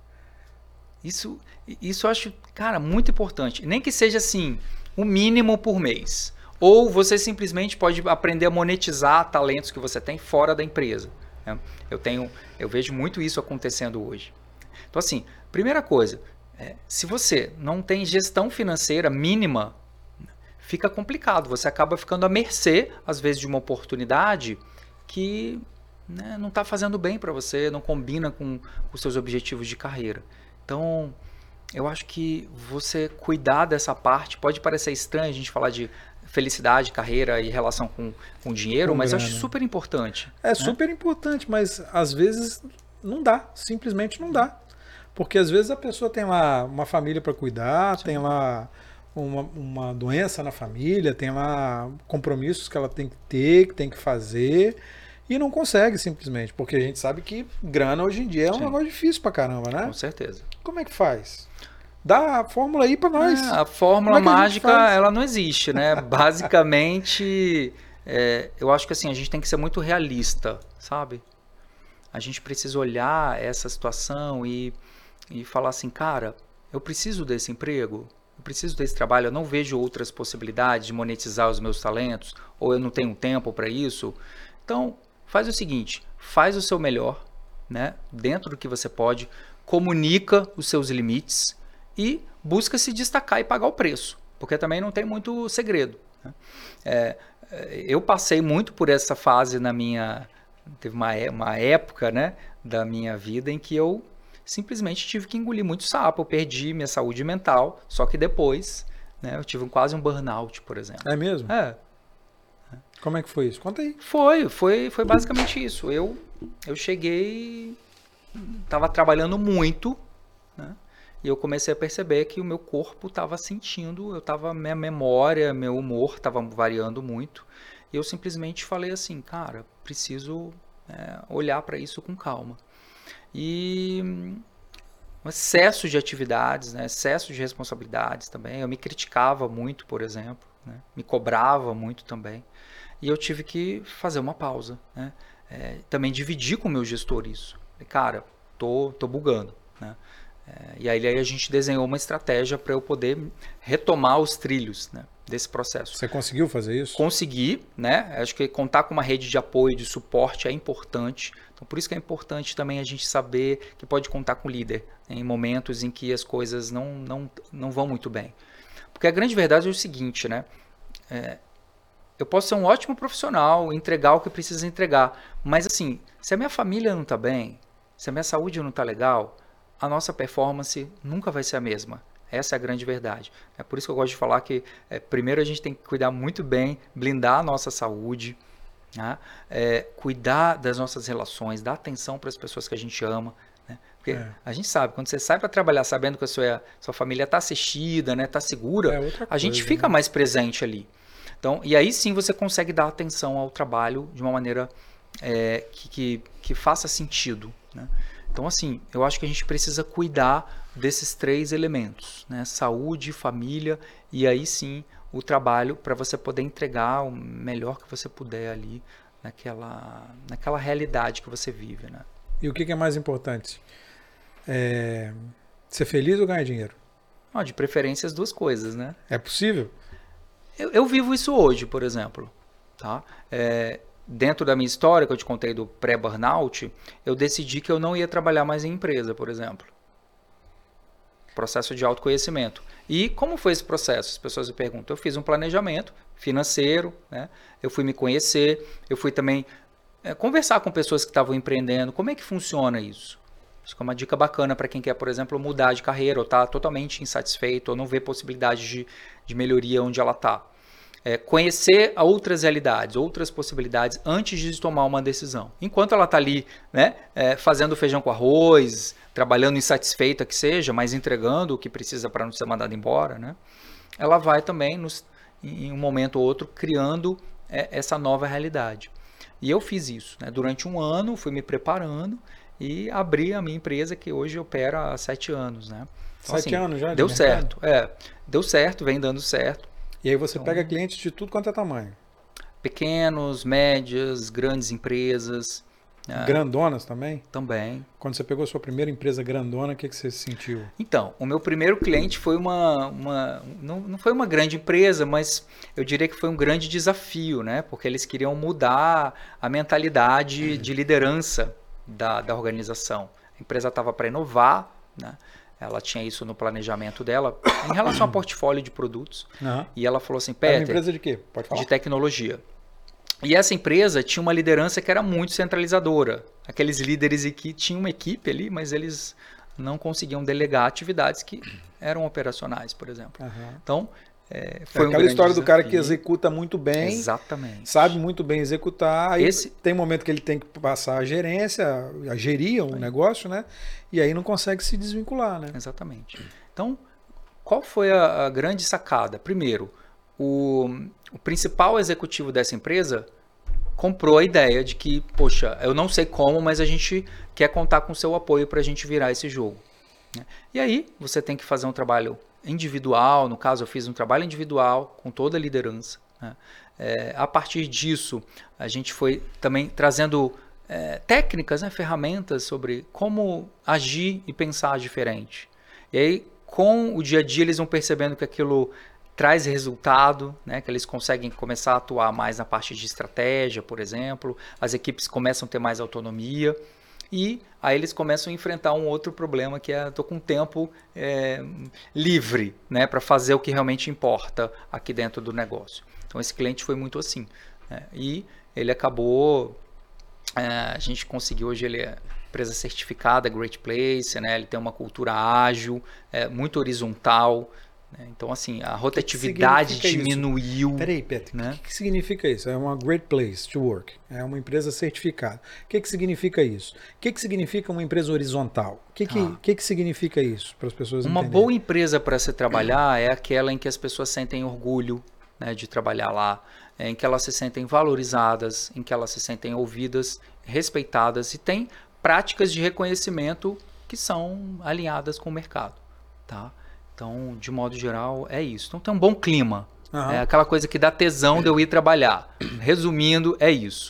Isso, isso eu acho, cara, muito importante. Nem que seja assim, o mínimo por mês. Ou você simplesmente pode aprender a monetizar talentos que você tem fora da empresa. Né? Eu tenho, eu vejo muito isso acontecendo hoje. Então, assim, primeira coisa, é, se você não tem gestão financeira mínima, fica complicado. Você acaba ficando à mercê, às vezes, de uma oportunidade que, né, não está fazendo bem para você, não combina com os seus objetivos de carreira. Então, eu acho que você cuidar dessa parte, pode parecer estranho a gente falar de felicidade, carreira e relação com, com dinheiro, com mas grana. Eu acho super importante. É, né? Super importante, mas às vezes não dá, simplesmente não dá. Porque às vezes a pessoa tem lá uma família para cuidar, Sim. tem lá uma, uma doença na família, tem lá compromissos que ela tem que ter, que tem que fazer, e não consegue simplesmente, porque a gente sabe que grana hoje em dia é um Sim. negócio difícil pra caramba, né? Com certeza. Como é que faz? Dá a fórmula aí pra nós. É, a fórmula é mágica, a ela não existe, né? Basicamente, é, eu acho que assim, a gente tem que ser muito realista, sabe? A gente precisa olhar essa situação e e falar assim, cara, eu preciso desse emprego, eu preciso desse trabalho, eu não vejo outras possibilidades de monetizar os meus talentos, ou eu não tenho tempo para isso. Então, faz o seguinte, faz o seu melhor, né, dentro do que você pode, comunica os seus limites e busca se destacar e pagar o preço, porque também não tem muito segredo. Né? É, eu passei muito por essa fase na minha... Teve uma, uma época, né, da minha vida em que eu simplesmente tive que engolir muito sapo, eu perdi minha saúde mental, só que depois, né, eu tive quase um burnout, por exemplo. É mesmo? É. Como é que foi isso? Conta aí. Foi, foi, foi basicamente isso. Eu, eu cheguei, estava trabalhando muito, né, e eu comecei a perceber que o meu corpo estava sentindo, eu estava, minha memória, meu humor estava variando muito, e eu simplesmente falei assim, cara, preciso é, olhar para isso com calma. E um excesso de atividades, né? Excesso de responsabilidades também. Eu me criticava muito, por exemplo, né? Me cobrava muito também. E eu tive que fazer uma pausa. Né? É, também dividir com o meu gestor isso. Falei, cara, tô, tô bugando. Né? É, e aí, aí a gente desenhou uma estratégia para eu poder retomar os trilhos, né, desse processo. Você conseguiu fazer isso? Consegui, né? Acho que contar com uma rede de apoio, de suporte é importante. Então, por isso que é importante também a gente saber que pode contar com o líder, né, em momentos em que as coisas não, não, não vão muito bem. Porque a grande verdade é o seguinte, né? É, eu posso ser um ótimo profissional, entregar o que precisa entregar, mas assim, se a minha família não está bem, se a minha saúde não está legal, a nossa performance nunca vai ser a mesma. Essa é a grande verdade. É por isso que eu gosto de falar que é, primeiro a gente tem que cuidar muito bem, blindar a nossa saúde, né? É, cuidar das nossas relações, dar atenção para as pessoas que a gente ama, né? Porque É. a gente sabe, quando você sai para trabalhar sabendo que a sua, sua família está assistida, né, está segura, É outra a gente coisa, fica né? mais presente ali. Então, e aí sim você consegue dar atenção ao trabalho de uma maneira é, que, que, que faça sentido, né? Então, assim, eu acho que a gente precisa cuidar desses três elementos, né? Saúde, família e aí sim o trabalho para você poder entregar o melhor que você puder ali naquela, naquela realidade que você vive, né? E o que que é mais importante? É... Ser feliz ou ganhar dinheiro? Ah, de preferência as duas coisas, né? É possível? Eu, eu vivo isso hoje, por exemplo. Tá? É, dentro da minha história, que eu te contei do pré-burnout, eu decidi que eu não ia trabalhar mais em empresa, por exemplo. Processo de autoconhecimento. E como foi esse processo? As pessoas me perguntam. Eu fiz um planejamento financeiro, né? Eu fui me conhecer, eu fui também é, conversar com pessoas que estavam empreendendo. Como é que funciona isso? Isso é uma dica bacana para quem quer, por exemplo, mudar de carreira ou está totalmente insatisfeito ou não vê possibilidade de, de melhoria onde ela está. É, conhecer outras realidades, outras possibilidades antes de tomar uma decisão. Enquanto ela está ali, né, é, fazendo feijão com arroz, trabalhando insatisfeita que seja, mas entregando o que precisa para não ser mandada embora, né, ela vai também, nos, em um momento ou outro, criando é, essa nova realidade. E eu fiz isso. Né, durante um ano, fui me preparando e abri a minha empresa que hoje opera há sete anos. Né. Então, Sete assim, anos já de deu mercado? certo. É, deu certo, vem dando certo. E aí você Então, pega clientes de tudo quanto é tamanho. pequenos, médias, grandes empresas. Né, Grandonas também? também. Quando você pegou a sua primeira empresa grandona, o que, que você sentiu? Então, o meu primeiro cliente foi uma... uma não, não foi uma grande empresa, mas eu diria que foi um grande desafio, né? Porque eles queriam mudar a mentalidade de liderança da, da organização. A empresa estava para inovar, né? Ela tinha isso no planejamento dela em relação ao portfólio de produtos. Uhum. E ela falou assim, Era uma Peter, empresa de quê? Pode falar? de tecnologia. E essa empresa tinha uma liderança que era muito centralizadora. Aqueles líderes que tinham uma equipe ali, mas eles não conseguiam delegar atividades que eram operacionais, por exemplo. Uhum. Então, é, É foi um aquela grande história do cara que desafio. executa muito bem, Exatamente. sabe muito bem executar, aí Esse- tem momento que ele tem que passar a gerência, a gerir o negócio, né? E aí não consegue se desvincular, né? Exatamente. Então, qual foi a, a grande sacada? Primeiro, o, o principal executivo dessa empresa comprou a ideia de que, poxa, eu não sei como, mas a gente quer contar com o seu apoio para a gente virar esse jogo. Né? E aí, você tem que fazer um trabalho individual, no caso eu fiz um trabalho individual com toda a liderança. Né? É, a partir disso, a gente foi também trazendo é, técnicas, né, ferramentas sobre como agir e pensar diferente. E aí, com o dia a dia, eles vão percebendo que aquilo traz resultado, né, que eles conseguem começar a atuar mais na parte de estratégia, por exemplo, as equipes começam a ter mais autonomia e aí eles começam a enfrentar um outro problema que é, estou com tempo é, livre, né, para fazer o que realmente importa aqui dentro do negócio. Então esse cliente foi muito assim, né, e ele acabou, é, a gente conseguiu hoje, ele é empresa certificada, Great Place, né, ele tem uma cultura ágil, é, muito horizontal. Então, assim, a rotatividade que diminuiu. Peraí, Peter, o né? que, que significa isso? É uma great place to work, é uma empresa certificada. O que, que significa isso? O que, que significa uma empresa horizontal? O que, que, Ah. que, que significa isso para as pessoas Uma entenderem? boa empresa para se trabalhar é aquela em que as pessoas sentem orgulho, né, de trabalhar lá, é, em que elas se sentem valorizadas, em que elas se sentem ouvidas, respeitadas e tem práticas de reconhecimento que são alinhadas com o mercado, tá? Então, de modo geral, é isso. Então, tem um bom clima. Aham. É aquela coisa que dá tesão de eu ir trabalhar. Resumindo, é isso.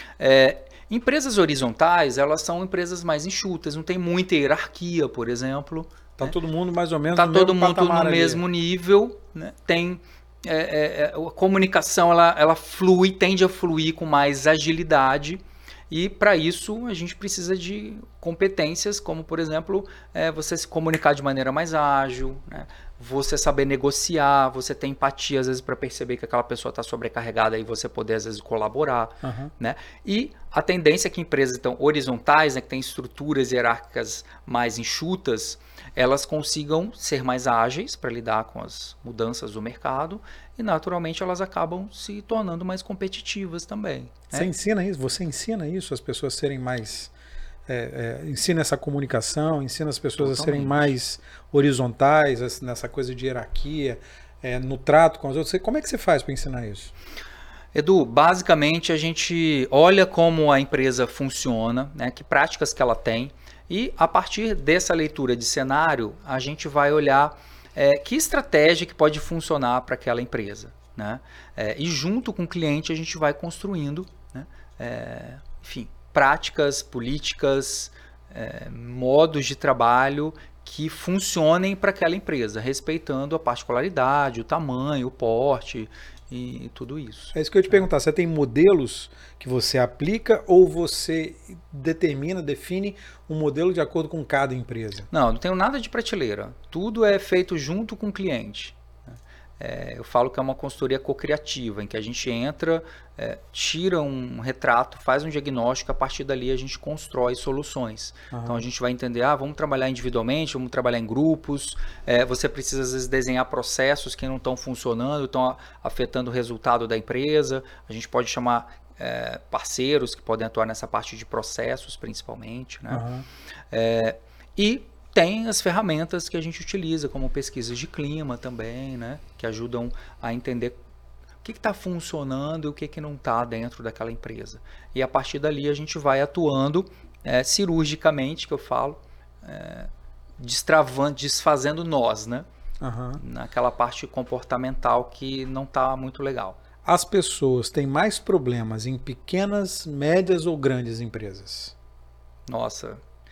É, empresas horizontais, elas são empresas mais enxutas, não tem muita hierarquia, por exemplo. Tá né? todo mundo mais ou menos Tá no todo mesmo mundo patamar no ali. mesmo nível, né? Tem é, é, é, a comunicação, ela, ela flui, tende a fluir com mais agilidade. E para isso a gente precisa de competências como, por exemplo, é, você se comunicar de maneira mais ágil, né? Você saber negociar, você ter empatia às vezes para perceber que aquela pessoa está sobrecarregada e você poder às vezes colaborar. Uhum. Né? E a tendência é que empresas então, horizontais, né, que têm estruturas hierárquicas mais enxutas, elas consigam ser mais ágeis para lidar com as mudanças do mercado e naturalmente elas acabam se tornando mais competitivas também. Você né? ensina isso? Você ensina isso, as pessoas serem mais é, é, ensina essa comunicação, ensina as pessoas Totalmente. a serem mais horizontais, nessa coisa de hierarquia, é, no trato com os outros. Como é que você faz para ensinar isso? Edu, basicamente a gente olha como a empresa funciona, né, que práticas que ela tem, e a partir dessa leitura de cenário, a gente vai olhar é, que estratégia que pode funcionar para aquela empresa. Né? É, e junto com o cliente a gente vai construindo, né, é, enfim, práticas, políticas, é, modos de trabalho que funcionem para aquela empresa, respeitando a particularidade, o tamanho, o porte e tudo isso. É isso que eu ia te perguntar, você tem modelos que você aplica ou você determina, define um modelo de acordo com cada empresa? Não, não tenho nada de prateleira. Tudo é feito junto com o cliente. É, eu falo que é uma consultoria co-criativa, em que a gente entra, é, tira um retrato, faz um diagnóstico, a partir dali a gente constrói soluções. Uhum. Então a gente vai entender, ah, vamos trabalhar individualmente, vamos trabalhar em grupos, é, você precisa às vezes desenhar processos que não estão funcionando, estão afetando o resultado da empresa, a gente pode chamar é, parceiros que podem atuar nessa parte de processos principalmente, né? Uhum. É, e tem as ferramentas que a gente utiliza, como pesquisas de clima também, né? Que ajudam a entender o que está funcionando e o que, que não está dentro daquela empresa. E a partir dali a gente vai atuando é, cirurgicamente, que eu falo, é, destravando, desfazendo nós, né? Uhum. Naquela parte comportamental que não está muito legal. As pessoas têm mais problemas em pequenas, médias ou grandes empresas? Nossa,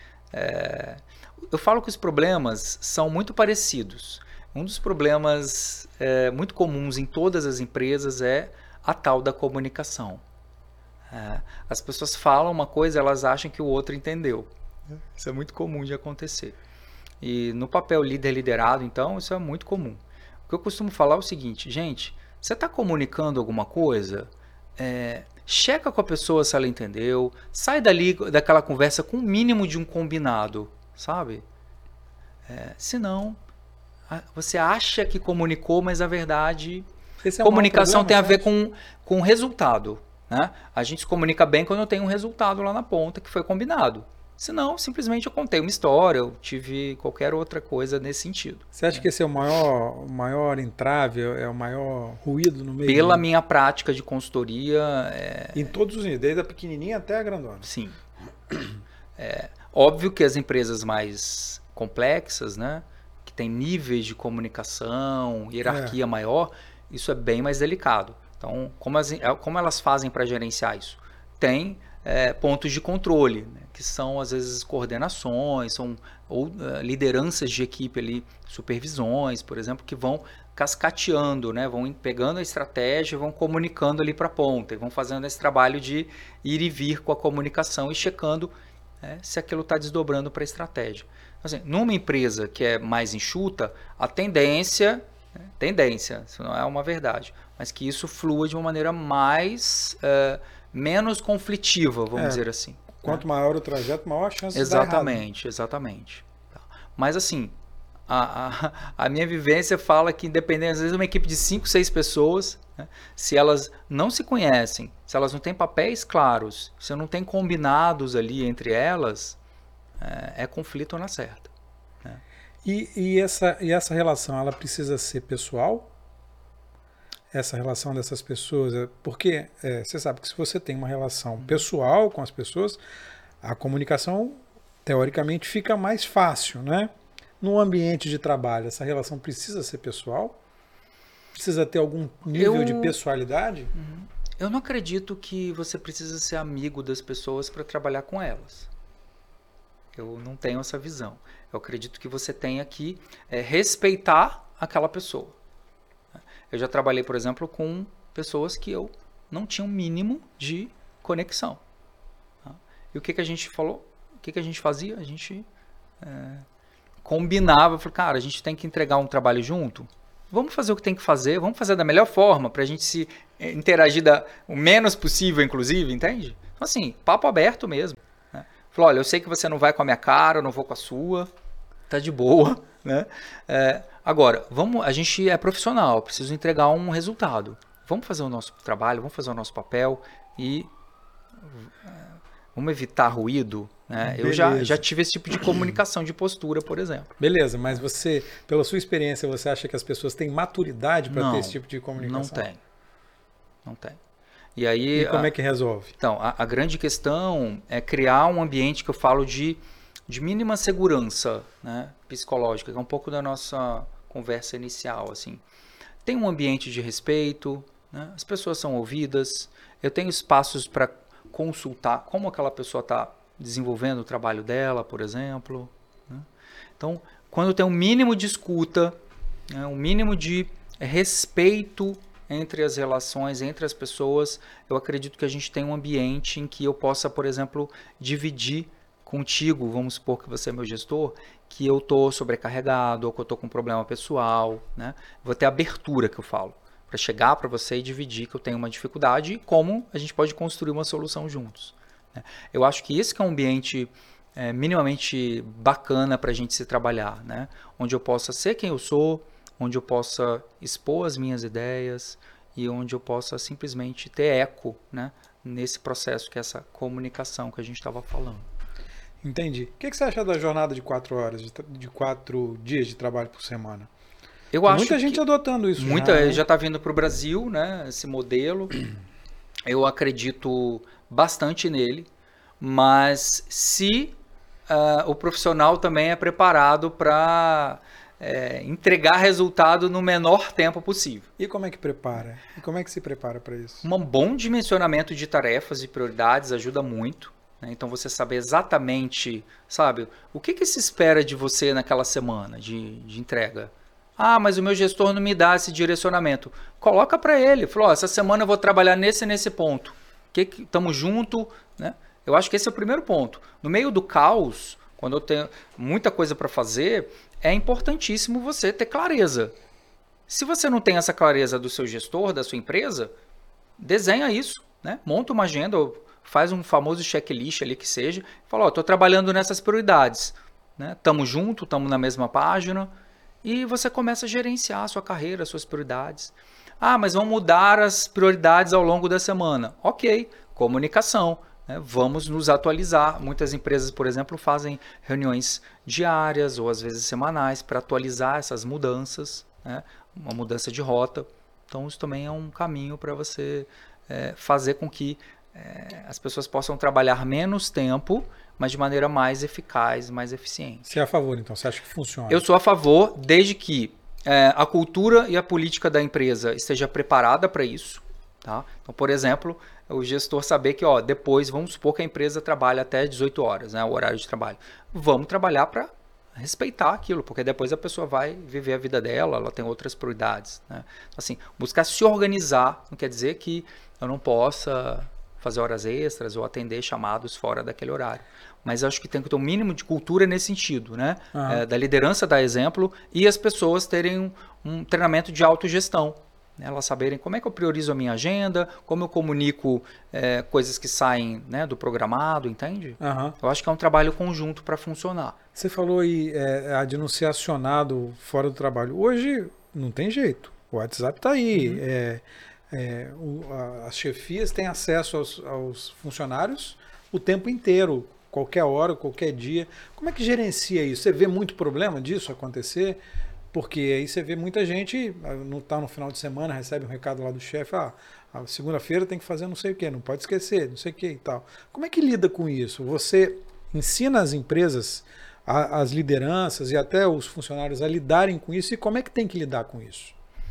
é... eu falo que os problemas são muito parecidos. Um dos problemas é, muito comuns em todas as empresas é a tal da comunicação. É, as pessoas falam uma coisa, elas acham que o outro entendeu. Isso é muito comum de acontecer. E no papel líder-liderado, então, isso é muito comum. O que eu costumo falar é o seguinte, gente, você está comunicando alguma coisa? É, checa com a pessoa se ela entendeu, sai dali daquela conversa com o mínimo de um combinado. Sabe? É, se não, você acha que comunicou, mas a verdade... Esse é comunicação problema, tem a ver com, com resultado. Né? A gente se comunica bem quando tem um resultado lá na ponta que foi combinado. Se não, simplesmente eu contei uma história, eu tive qualquer outra coisa nesse sentido. Você acha né? que esse é o maior, o maior entrave, é o maior ruído no meio? Pela minha prática de consultoria... É... Em todos os níveis, desde a pequenininha até a grandona. Sim. É... Óbvio que as empresas mais complexas, né, que tem níveis de comunicação, hierarquia é. maior, isso é bem mais delicado. Então, como, as, como elas fazem para gerenciar isso? Tem é, pontos de controle, né, que são às vezes coordenações, são ou uh, lideranças de equipe ali, supervisões, por exemplo, que vão cascateando, né, vão pegando a estratégia, vão comunicando ali para a ponta, e vão fazendo esse trabalho de ir e vir com a comunicação e checando É, se aquilo está desdobrando para a estratégia. Assim, numa empresa que é mais enxuta, a tendência, né, tendência, isso não é uma verdade, mas que isso flua de uma maneira mais, é, menos conflitiva, vamos é, dizer assim. Quanto né? maior o trajeto, maior a chance exatamente, de dar errado. Exatamente. Tá. Mas assim, a, a, a minha vivência fala que independente, às vezes uma equipe de cinco, seis pessoas, né, se elas não se conhecem, se elas não têm papéis claros, se não tem combinados ali entre elas, é, é conflito na certa. Né? E, e, essa, e essa relação, ela precisa ser pessoal? Essa relação dessas pessoas? Porque é, você sabe que se você tem uma relação pessoal com as pessoas, a comunicação, teoricamente, fica mais fácil, né? No ambiente de trabalho, essa relação precisa ser pessoal? Precisa ter algum nível eu, de pessoalidade? Eu não acredito que você precisa ser amigo das pessoas para trabalhar com elas. Eu não tenho essa visão. Eu acredito que você tenha que é, respeitar aquela pessoa. Eu já trabalhei, por exemplo, com pessoas que eu não tinha um mínimo de conexão. E o que, que a gente falou? O que, que a gente fazia? A gente... É, combinava, falou, cara, a gente tem que entregar um trabalho junto, vamos fazer o que tem que fazer, vamos fazer da melhor forma para a gente se interagir da, o menos possível, inclusive, entende? Então, assim, papo aberto mesmo. Né? Falou, olha, eu sei que você não vai com a minha cara, eu não vou com a sua, tá de boa, né? É, agora, vamos, a gente é profissional, preciso entregar um resultado. Vamos fazer o nosso trabalho, vamos fazer o nosso papel e vamos evitar ruído, né? Eu já, já tive esse tipo de comunicação de postura, por exemplo. Beleza, mas você, pela sua experiência, você acha que as pessoas têm maturidade para ter esse tipo de comunicação? Não tem. Não tem. E aí... E como a, é que resolve? Então, a, a grande questão é criar um ambiente que eu falo de, de mínima segurança, né, psicológica, que é um pouco da nossa conversa inicial, assim. Tem um ambiente de respeito, né, as pessoas são ouvidas, eu tenho espaços para consultar como aquela pessoa está desenvolvendo o trabalho dela, por exemplo. Né? Então, quando tem um mínimo de escuta, né, um mínimo de respeito entre as relações, entre as pessoas, eu acredito que a gente tem um ambiente em que eu possa, por exemplo, dividir contigo, vamos supor que você é meu gestor, que eu estou sobrecarregado ou que eu estou com um problema pessoal. Né? Vou ter abertura, que eu falo, para chegar para você e dividir que eu tenho uma dificuldade e como a gente pode construir uma solução juntos. Né? Eu acho que esse que é um ambiente é, minimamente bacana para a gente se trabalhar, né? Onde eu possa ser quem eu sou, onde eu possa expor as minhas ideias e onde eu possa simplesmente ter eco, né, nesse processo que é essa comunicação que a gente estava falando. Entendi. O que você acha da jornada de quatro horas, de, de quatro dias de trabalho por semana? Eu Tem acho muita gente que adotando isso. Muita já, né? já está vindo para o Brasil, né, esse modelo. Eu acredito bastante nele, mas se uh, o profissional também é preparado para É, entregar resultado no menor tempo possível. E como é que prepara? E como é que se prepara para isso? Um bom dimensionamento de tarefas e prioridades ajuda muito. Né? Então você saber exatamente, sabe, o que, que se espera de você naquela semana de, de entrega. Ah, mas o meu gestor não me dá esse direcionamento. Coloca para ele. Falou, oh, essa semana eu vou trabalhar nesse e nesse ponto. Que que tamo junto, né? Eu acho que esse é o primeiro ponto. No meio do caos, quando eu tenho muita coisa para fazer, é importantíssimo você ter clareza. Se você não tem essa clareza do seu gestor, da sua empresa, desenha isso, né? Monta uma agenda, ou faz um famoso checklist ali que seja, e fala, ó, estou trabalhando nessas prioridades, né? Tamo junto, estamos na mesma página, e você começa a gerenciar a sua carreira, as suas prioridades. Ah, mas vão mudar as prioridades ao longo da semana. Ok, comunicação. Né? Vamos nos atualizar. Muitas empresas, por exemplo, fazem reuniões diárias ou às vezes semanais para atualizar essas mudanças, né? Uma mudança de rota. Então, isso também é um caminho para você é, fazer com que é, as pessoas possam trabalhar menos tempo, mas de maneira mais eficaz, mais eficiente. Você é a favor, então? Você acha que funciona? Eu sou a favor, desde que é, a cultura e a política da empresa esteja preparada para isso. Tá? Então, por exemplo, o gestor saber que ó, depois, vamos supor que a empresa trabalha até dezoito horas, né, o horário de trabalho. Vamos trabalhar para respeitar aquilo, porque depois a pessoa vai viver a vida dela, ela tem outras prioridades. Né? Então, assim, buscar se organizar não quer dizer que eu não possa fazer horas extras ou atender chamados fora daquele horário. Mas acho que tem que ter um mínimo de cultura nesse sentido, né? Uhum. É, da liderança dar exemplo e as pessoas terem um, um treinamento de autogestão. Né? Elas saberem como é que eu priorizo a minha agenda, como eu comunico é, coisas que saem, né, do programado, entende? Uhum. Eu acho que é um trabalho conjunto para funcionar. Você falou aí é, de não ser acionado fora do trabalho. Hoje não tem jeito. O WhatsApp está aí. Uhum. É, é, o, a, as chefias têm acesso aos, aos funcionários o tempo inteiro, qualquer hora, qualquer dia. Como é que gerencia isso? Você vê muito problema disso acontecer? Porque aí você vê muita gente, não está no final de semana, recebe um recado lá do chefe, ah, a segunda-feira tem que fazer não sei o que, não pode esquecer, não sei o que e tal. Como é que lida com isso? Você ensina as empresas, a, as lideranças e até os funcionários a lidarem com isso, e como é que tem que lidar com isso?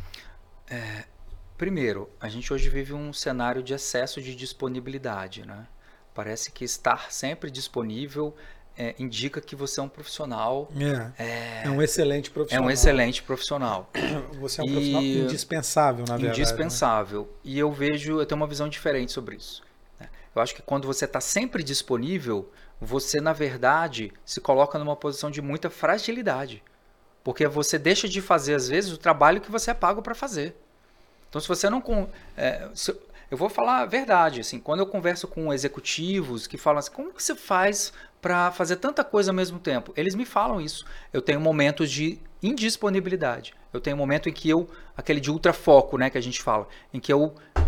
É, primeiro, a gente hoje vive um cenário de excesso de disponibilidade, né? Parece que estar sempre disponível é, indica que você é um profissional. É, é, é um excelente profissional. É um excelente profissional. Você é um e, profissional indispensável, na verdade. Indispensável. Né? E eu vejo, eu tenho uma visão diferente sobre isso. Né? Eu acho que quando você está sempre disponível, você, na verdade, se coloca numa posição de muita fragilidade. Porque você deixa de fazer, às vezes, o trabalho que você é pago para fazer. Então, se você não... É, se, eu vou falar a verdade, assim, quando eu converso com executivos que falam assim, como que você faz para fazer tanta coisa ao mesmo tempo? Eles me falam isso. Eu tenho momentos de indisponibilidade. Eu tenho um momento em que eu, aquele de ultrafoco, né, que a gente fala, em que eu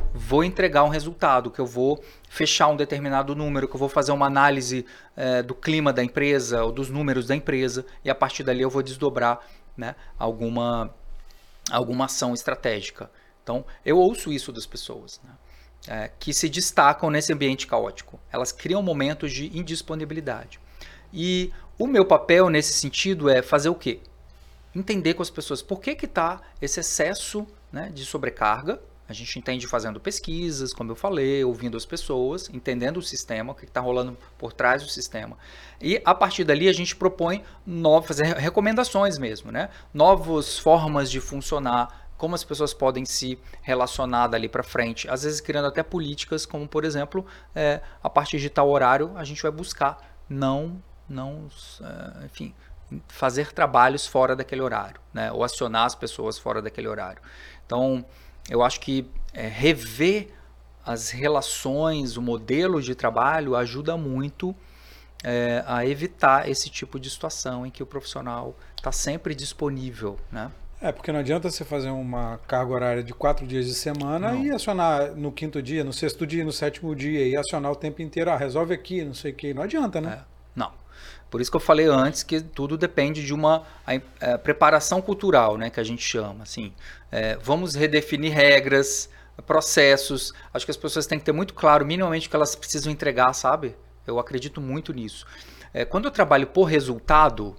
vou entregar um resultado, que eu vou fechar um determinado número, que eu vou fazer uma análise é, do clima da empresa ou dos números da empresa e a partir dali eu vou desdobrar, né, alguma, alguma ação estratégica. Então, eu ouço isso das pessoas, né, é, que se destacam nesse ambiente caótico. Elas criam momentos de indisponibilidade. E o meu papel nesse sentido é fazer o quê? Entender com as pessoas por que está esse excesso, né, de sobrecarga. A gente entende fazendo pesquisas, como eu falei, ouvindo as pessoas, entendendo o sistema, o que está rolando por trás do sistema. E a partir dali a gente propõe novas, fazer recomendações mesmo, né? Novas formas de funcionar, como as pessoas podem se relacionar dali para frente. Às vezes criando até políticas, como por exemplo, é, a partir de tal horário a gente vai buscar não, não é, enfim, fazer trabalhos fora daquele horário, né? Ou acionar as pessoas fora daquele horário. Então, eu acho que é, rever as relações, o modelo de trabalho ajuda muito é, a evitar esse tipo de situação em que o profissional está sempre disponível, né? É, porque não adianta você fazer uma carga horária de quatro dias de semana não. e acionar no quinto dia, no sexto dia, no sétimo dia e acionar o tempo inteiro, ah, resolve aqui, não sei o que, não adianta, né? É, não. Por isso que eu falei antes que tudo depende de uma a, a preparação cultural, né, que a gente chama. Assim, é, vamos redefinir regras, processos. Acho que as pessoas têm que ter muito claro minimamente o que elas precisam entregar, sabe? Eu acredito muito nisso. É, quando eu trabalho por resultado,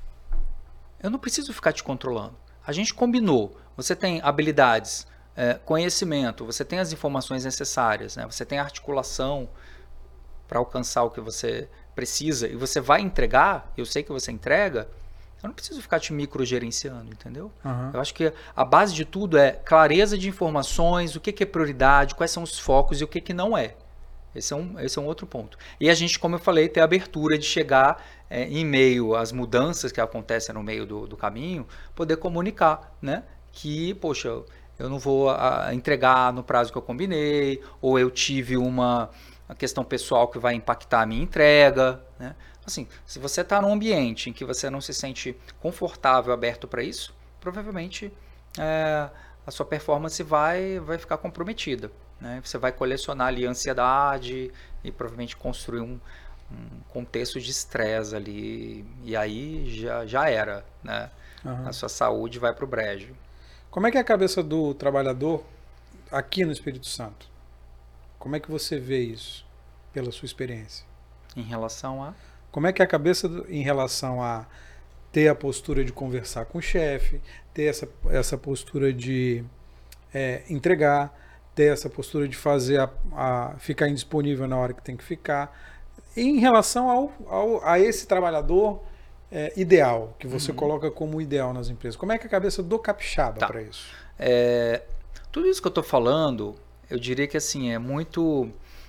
eu não preciso ficar te controlando. A gente combinou. Você tem habilidades, é, conhecimento, você tem as informações necessárias, né? Você tem articulação para alcançar o que você precisa e você vai entregar, eu sei que você entrega, eu não preciso ficar te microgerenciando, entendeu? Uhum. Eu acho que a base de tudo é clareza de informações, o que, que é prioridade, quais são os focos e o que, que não é. Esse é, um, esse é um outro ponto. E a gente, como eu falei, ter a abertura de chegar é, em meio às mudanças que acontecem no meio do, do caminho, poder comunicar, né? Que, poxa, eu não vou a, entregar no prazo que eu combinei, ou eu tive uma a questão pessoal que vai impactar a minha entrega, né? Assim, se você está num ambiente em que você não se sente confortável, aberto para isso, provavelmente é, a sua performance vai, vai ficar comprometida, né? Você vai colecionar ali ansiedade e provavelmente construir um, um contexto de estresse ali, e aí já, já era, né? Uhum. A sua saúde vai para o brejo. Como é que é a cabeça do trabalhador aqui no Espírito Santo? Como é que você vê isso, pela sua experiência? Em relação a? Como é que é a cabeça do, em relação a ter a postura de conversar com o chefe, ter essa, essa postura de é, entregar, ter essa postura de fazer a, a ficar indisponível na hora que tem que ficar, em relação ao, ao, a esse trabalhador é, ideal, que você uhum. coloca como ideal nas empresas. Como é que é a cabeça do capixaba tá. para isso? É, tudo isso que eu estou falando, eu diria que assim, é muito...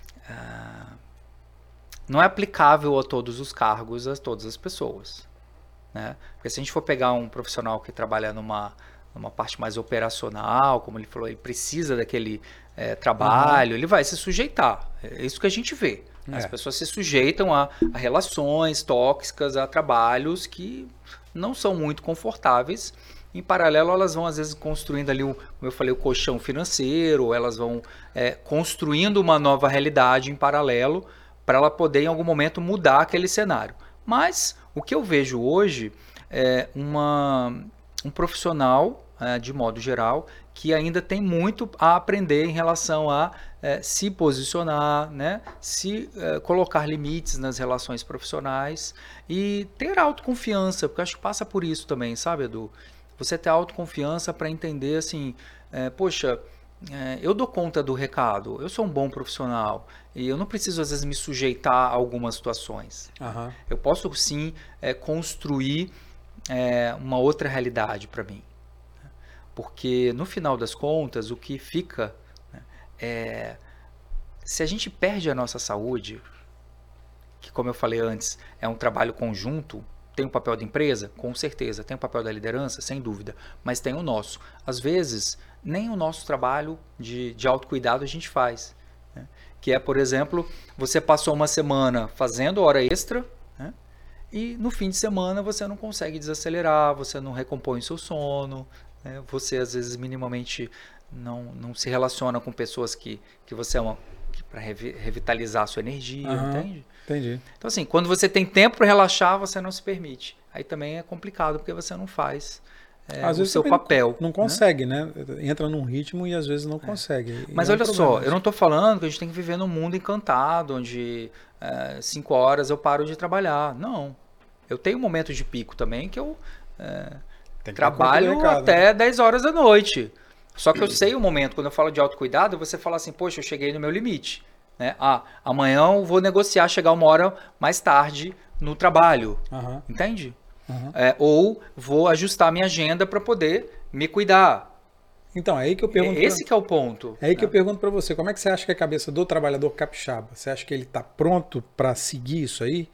Uh, não é aplicável a todos os cargos, a todas as pessoas, né? Porque se a gente for pegar um profissional que trabalha numa, numa parte mais operacional, como ele falou, ele precisa daquele é, trabalho, uhum. ele vai se sujeitar. É isso que a gente vê. É. As pessoas se sujeitam a, a relações tóxicas, a trabalhos que não são muito confortáveis. Em paralelo, elas vão, às vezes, construindo ali, o, como eu falei, o colchão financeiro, elas vão é, construindo uma nova realidade em paralelo para ela poder, em algum momento, mudar aquele cenário. Mas, o que eu vejo hoje é uma, um profissional, é, de modo geral, que ainda tem muito a aprender em relação a é, se posicionar, né? se é, colocar limites nas relações profissionais e ter autoconfiança, porque eu acho que passa por isso também, sabe, Edu? Você ter autoconfiança para entender assim, é, poxa, é, eu dou conta do recado, eu sou um bom profissional e eu não preciso às vezes me sujeitar a algumas situações. Uhum. Eu posso sim é, construir é, uma outra realidade para mim. Porque no final das contas, o que fica, né, é se a gente perde a nossa saúde, que como eu falei antes, é um trabalho conjunto. Tem o papel da empresa? Com certeza. Tem o papel da liderança? Sem dúvida. Mas tem o nosso. Às vezes, nem o nosso trabalho de, de autocuidado a gente faz. Né? Que é, por exemplo, você passou uma semana fazendo hora extra, né? E no fim de semana você não consegue desacelerar, você não recompõe o seu sono, né? Você às vezes minimamente não, não se relaciona com pessoas que, que você é uma... para revitalizar a sua energia, uhum, entende? Entendi. Então, assim, quando você tem tempo para relaxar, você não se permite. Aí também é complicado, porque você não faz é, o seu papel. Não, não consegue, né? né? Entra num ritmo e às vezes não é. consegue. Mas é olha um só, eu não estou falando que a gente tem que viver num mundo encantado, onde é, cinco horas eu paro de trabalhar. Não. Eu tenho momentos de pico também que eu é, trabalho recado, até né? dez horas da noite. Só que eu sei o momento, quando eu falo de autocuidado, você fala assim, poxa, eu cheguei no meu limite. Né? Ah, amanhã eu vou negociar, chegar uma hora mais tarde no trabalho. Uhum. Entende? Uhum. É, ou vou ajustar minha agenda para poder me cuidar. Então, é aí que eu pergunto... Esse pra... que é o ponto. É aí que né? eu pergunto para você, como é que você acha que é a cabeça do trabalhador capixaba? Você acha que ele está pronto para seguir isso aí?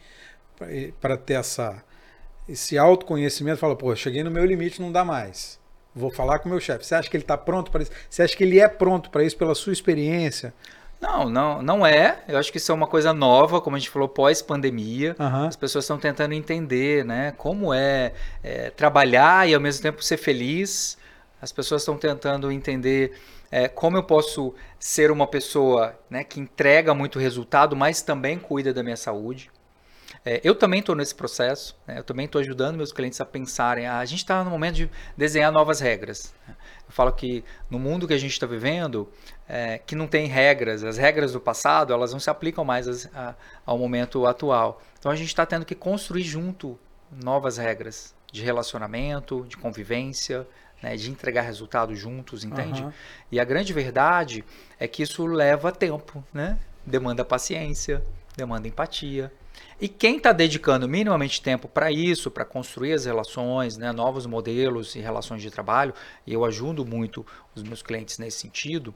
Para ter essa, esse autoconhecimento? Fala, pô, cheguei no meu limite, não dá mais. Vou falar com o meu chefe. Você acha que ele está pronto para isso? Você acha que ele é pronto para isso pela sua experiência? Não, não, não é. Eu acho que isso é uma coisa nova, como a gente falou, pós-pandemia. Uhum. As pessoas estão tentando entender, né, como é, é trabalhar e ao mesmo tempo ser feliz. As pessoas estão tentando entender é, como eu posso ser uma pessoa, né, que entrega muito resultado, mas também cuida da minha saúde. É, eu também estou nesse processo, né? Eu também estou ajudando meus clientes a pensarem, ah, a gente está no momento de desenhar novas regras. Eu falo que no mundo que a gente está vivendo, é, que não tem regras, as regras do passado, elas não se aplicam mais as, a, ao momento atual. Então a gente está tendo que construir junto novas regras de relacionamento, de convivência, né, de entregar resultados juntos, entende? Uhum. E a grande verdade é que isso leva tempo, né? Demanda paciência, demanda empatia. E quem está dedicando minimamente tempo para isso, para construir as relações, né, novos modelos e relações de trabalho, e eu ajudo muito os meus clientes nesse sentido,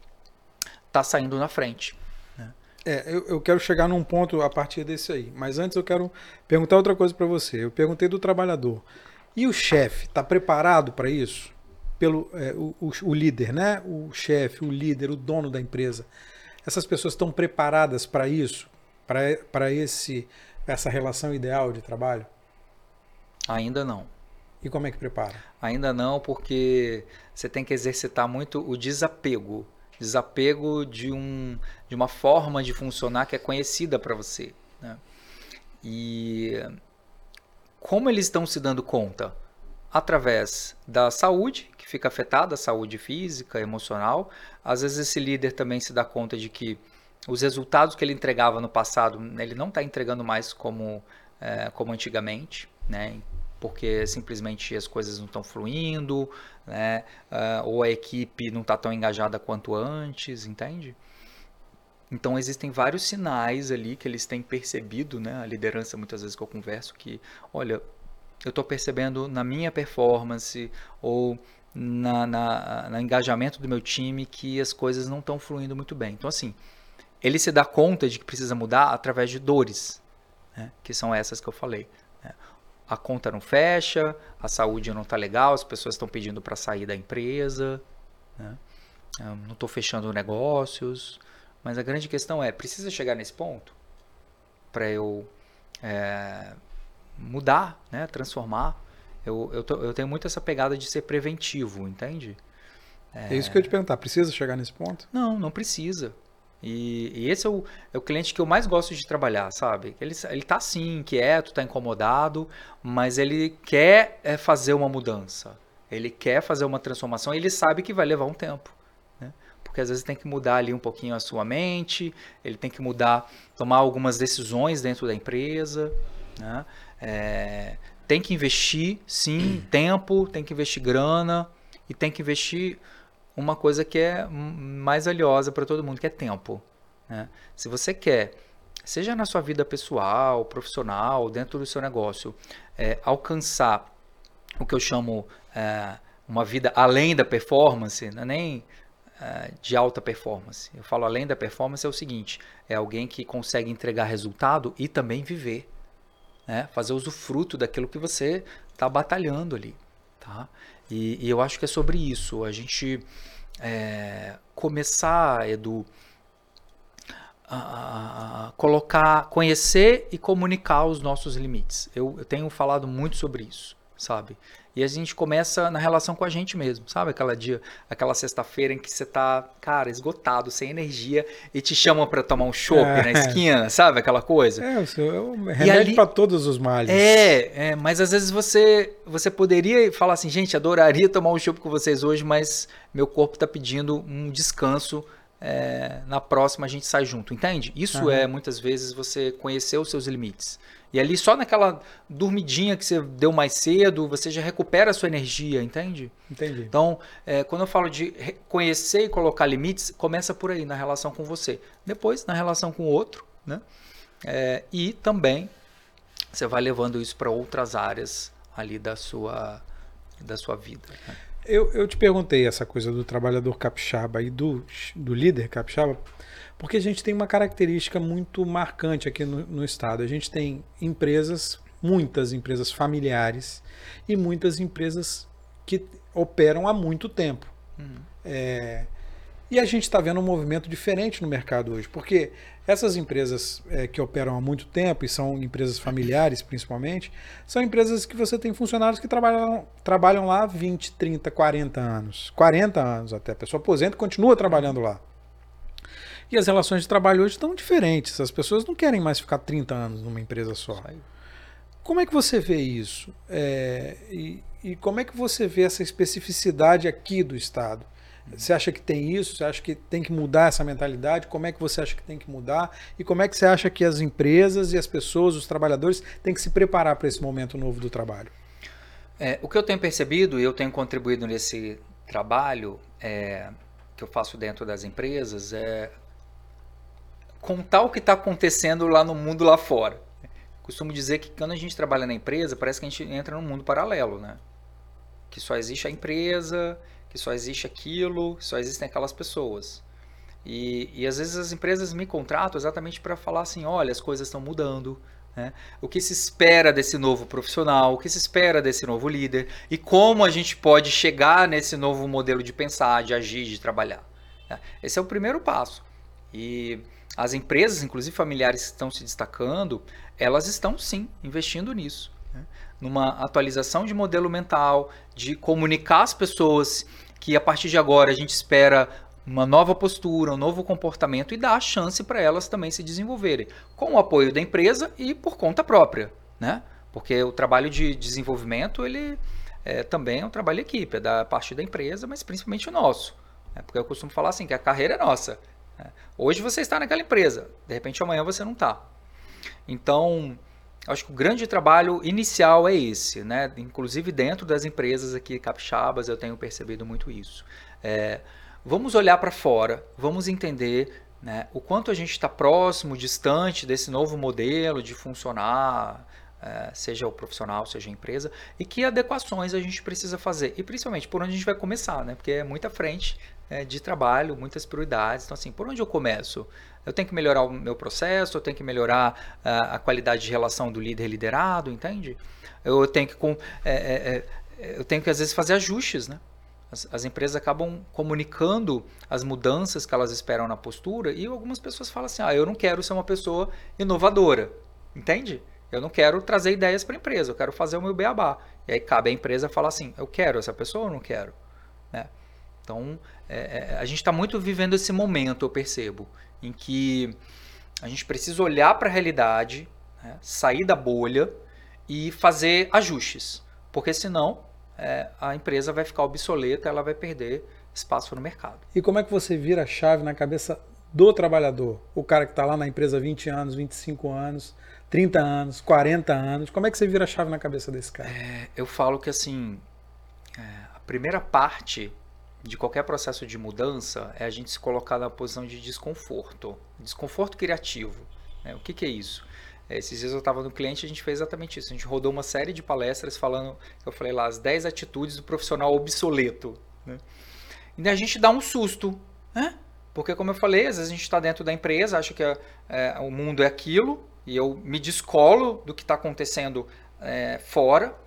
está saindo na frente. Né? É, eu, eu quero chegar num ponto a partir desse aí, mas antes eu quero perguntar outra coisa para você. Eu perguntei do trabalhador. E o chefe está preparado para isso? Pelo, é, o, o, o líder, né? O chefe, o líder, o dono da empresa. Essas pessoas estão preparadas para isso? Para esse essa relação ideal de trabalho? Ainda não. E como é que prepara? Ainda não, porque você tem que exercitar muito o desapego. Desapego de, um, de uma forma de funcionar que é conhecida para você. Né? E como eles estão se dando conta? Através da saúde, que fica afetada, a saúde física, emocional. Às vezes esse líder também se dá conta de que os resultados que ele entregava no passado, ele não está entregando mais como, é, como antigamente, né? Porque simplesmente as coisas não estão fluindo, né? Uh, ou a equipe não está tão engajada quanto antes, entende? Então existem vários sinais ali que eles têm percebido, né? A liderança, muitas vezes que eu converso, que, olha, eu estou percebendo na minha performance ou na, na, no engajamento do meu time que as coisas não estão fluindo muito bem. Então, assim, ele se dá conta de que precisa mudar através de dores, né? Que são essas que eu falei. Né? A conta não fecha, a saúde não está legal, as pessoas estão pedindo para sair da empresa, né? Eu não estou fechando negócios, mas a grande questão é, precisa chegar nesse ponto para eu é, mudar, né? Transformar. Eu, eu, tô, eu tenho muito essa pegada de ser preventivo, entende? É, é isso que eu ia te perguntar, precisa chegar nesse ponto? Não, não precisa. E, e esse é o, é o cliente que eu mais gosto de trabalhar, sabe? Ele, ele tá assim, inquieto, tá incomodado, mas ele quer é, fazer uma mudança. Ele quer fazer uma transformação e ele sabe que vai levar um tempo. Né? Porque às vezes tem que mudar ali um pouquinho a sua mente, ele tem que mudar, tomar algumas decisões dentro da empresa. Né? É, tem que investir, sim, tempo, tem que investir grana e tem que investir... uma coisa que é mais valiosa para todo mundo, que é tempo. Né? Se você quer, seja na sua vida pessoal, profissional, dentro do seu negócio, é, alcançar o que eu chamo é, uma vida além da performance, não é nem é, de alta performance. Eu falo além da performance é o seguinte, é alguém que consegue entregar resultado e também viver. Né? Fazer usufruto daquilo que você está batalhando ali. Tá? E, e eu acho que é sobre isso, a gente é, começar, Edu, a, a colocar, conhecer e comunicar os nossos limites. Eu, eu tenho falado muito sobre isso, sabe? E a gente começa na relação com a gente mesmo, sabe? Aquela dia, aquela sexta-feira em que você tá, cara, esgotado, sem energia, e te chamam para tomar um chopp é. na esquina, sabe? Aquela coisa. É, o seu, é um remédio para todos os males. É, é, mas às vezes você, você poderia falar assim, gente, adoraria tomar um chopp com vocês hoje, mas meu corpo tá pedindo um descanso. É, na próxima a gente sai junto, entende? Isso uhum. é muitas vezes você conhecer os seus limites. E ali só naquela dormidinha que você deu mais cedo, você já recupera a sua energia, entende? Entendi. Então, é, quando eu falo de conhecer e colocar limites, começa por aí, na relação com você. Depois, na relação com o outro, né? É, e também você vai levando isso para outras áreas ali da sua, da sua vida, né? Eu, eu te perguntei essa coisa do trabalhador capixaba e do, do líder capixaba, porque a gente tem uma característica muito marcante aqui no, no estado. A gente tem empresas, muitas empresas familiares e muitas empresas que operam há muito tempo. Uhum. É, e a gente está vendo um movimento diferente no mercado hoje, porque essas empresas é, que operam há muito tempo, e são empresas familiares principalmente, são empresas que você tem funcionários que trabalham, trabalham lá há vinte, trinta, quarenta anos. quarenta anos até. A pessoa aposenta e continua trabalhando lá. E as relações de trabalho hoje estão diferentes. As pessoas não querem mais ficar trinta anos numa empresa só. Como é que você vê isso? É, e, e como é que você vê essa especificidade aqui do Estado? Você acha que tem isso? Você acha que tem que mudar essa mentalidade? Como é que você acha que tem que mudar? E como é que você acha que as empresas e as pessoas, os trabalhadores, têm que se preparar para esse momento novo do trabalho? É, o que eu tenho percebido e eu tenho contribuído nesse trabalho é, que eu faço dentro das empresas é contar o que está acontecendo lá no mundo lá fora. Costumo dizer que quando a gente trabalha na empresa, parece que a gente entra num mundo paralelo, né? Que só existe a empresa, que só existe aquilo, que só existem aquelas pessoas. E, e às vezes as empresas me contratam exatamente para falar assim, olha, as coisas estão mudando, né? O que se espera desse novo profissional, o que se espera desse novo líder e como a gente pode chegar nesse novo modelo de pensar, de agir, de trabalhar, né? Esse é o primeiro passo. E as empresas, inclusive familiares que estão se destacando, elas estão sim investindo nisso, né? Numa atualização de modelo mental, de comunicar às pessoas que a partir de agora a gente espera uma nova postura, um novo comportamento e dar a chance para elas também se desenvolverem, com o apoio da empresa e por conta própria, né? Porque o trabalho de desenvolvimento ele é, também é um trabalho de equipe, é da parte da empresa, mas principalmente o nosso, né? Porque eu costumo falar assim, que a carreira é nossa, né? Hoje você está naquela empresa, de repente amanhã você não está. Então, acho que o grande trabalho inicial é esse, né? Inclusive dentro das empresas aqui capixabas eu tenho percebido muito isso. É, vamos olhar para fora, vamos entender, né, o quanto a gente está próximo, distante desse novo modelo de funcionar, é, seja o profissional, seja a empresa, e que adequações a gente precisa fazer. E principalmente por onde a gente vai começar, né? Porque é muita frente é, de trabalho, muitas prioridades. Então, assim, por onde eu começo? Eu tenho que melhorar o meu processo, eu tenho que melhorar uh, a qualidade de relação do líder liderado, entende? Eu tenho que, com, é, é, é, eu tenho que às vezes fazer ajustes, né? As, as empresas acabam comunicando as mudanças que elas esperam na postura e algumas pessoas falam assim, ah, eu não quero ser uma pessoa inovadora, entende? Eu não quero trazer ideias para a empresa, eu quero fazer o meu beabá. E aí cabe à empresa falar assim, eu quero essa pessoa ou não quero, né? Então, é, é, a gente está muito vivendo esse momento, eu percebo, em que a gente precisa olhar para a realidade, né, sair da bolha e fazer ajustes, porque senão é, a empresa vai ficar obsoleta, ela vai perder espaço no mercado. E como é que você vira a chave na cabeça do trabalhador? O cara que está lá na empresa há vinte anos, vinte e cinco anos, trinta anos, quarenta anos, como é que você vira a chave na cabeça desse cara? É, eu falo que assim, é, a primeira parte de qualquer processo de mudança é a gente se colocar na posição de desconforto, desconforto criativo, né? O que, que é isso? É, esses dias eu estava no cliente e a gente fez exatamente isso, a gente rodou uma série de palestras falando, eu falei lá, as dez atitudes do profissional obsoleto, né? E a gente dá um susto, né? Porque como eu falei, às vezes a gente está dentro da empresa, acha que é, é, o mundo é aquilo, e eu me descolo do que está acontecendo é, fora,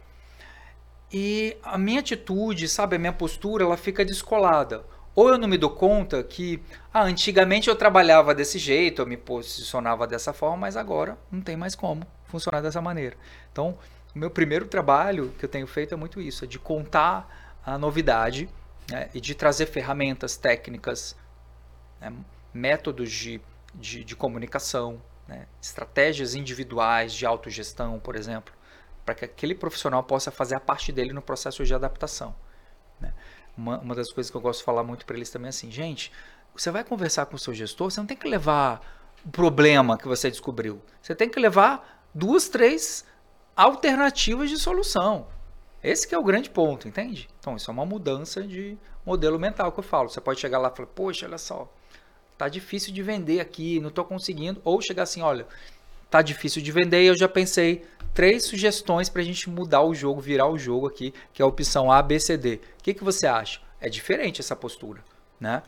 e a minha atitude, sabe, a minha postura, ela fica descolada. Ou eu não me dou conta que, ah, antigamente eu trabalhava desse jeito, eu me posicionava dessa forma, mas agora não tem mais como funcionar dessa maneira. Então, o meu primeiro trabalho que eu tenho feito é muito isso, é de contar a novidade, né, e de trazer ferramentas técnicas, né, métodos de, de, de comunicação, né, estratégias individuais de autogestão, por exemplo, para que aquele profissional possa fazer a parte dele no processo de adaptação. Né. Uma, uma das coisas que eu gosto de falar muito para eles também é assim, gente, você vai conversar com o seu gestor, você não tem que levar o problema que você descobriu, você tem que levar duas, três alternativas de solução. Esse que é o grande ponto, entende? Então, isso é uma mudança de modelo mental que eu falo. Você pode chegar lá e falar, poxa, olha só, tá difícil de vender aqui, não estou conseguindo. Ou chegar assim, olha, tá difícil de vender e eu já pensei três sugestões para a gente mudar o jogo, virar o jogo aqui, que é a opção A, B, C, D. O que, que você acha? É diferente essa postura, né?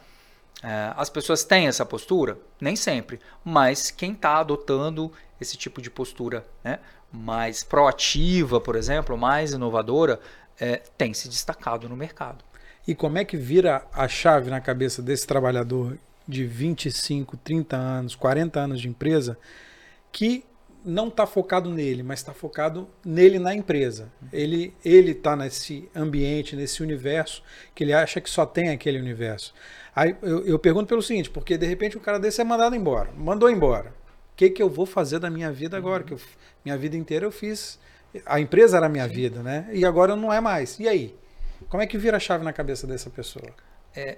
É, as pessoas têm essa postura? Nem sempre. Mas quem está adotando esse tipo de postura, né, mais proativa, por exemplo, mais inovadora, é, tem se destacado no mercado. E como é que vira a chave na cabeça desse trabalhador de vinte e cinco, trinta anos, quarenta anos de empresa, que não está focado nele, mas está focado nele na empresa. Ele ele está nesse ambiente, nesse universo, que ele acha que só tem aquele universo. Aí eu, eu pergunto pelo seguinte, porque de repente um cara desse é mandado embora, mandou embora. O que, que eu vou fazer da minha vida agora? Uhum. Que eu, minha vida inteira eu fiz, a empresa era a minha Sim. vida, né? E agora não é mais. E aí? Como é que vira a chave na cabeça dessa pessoa? É,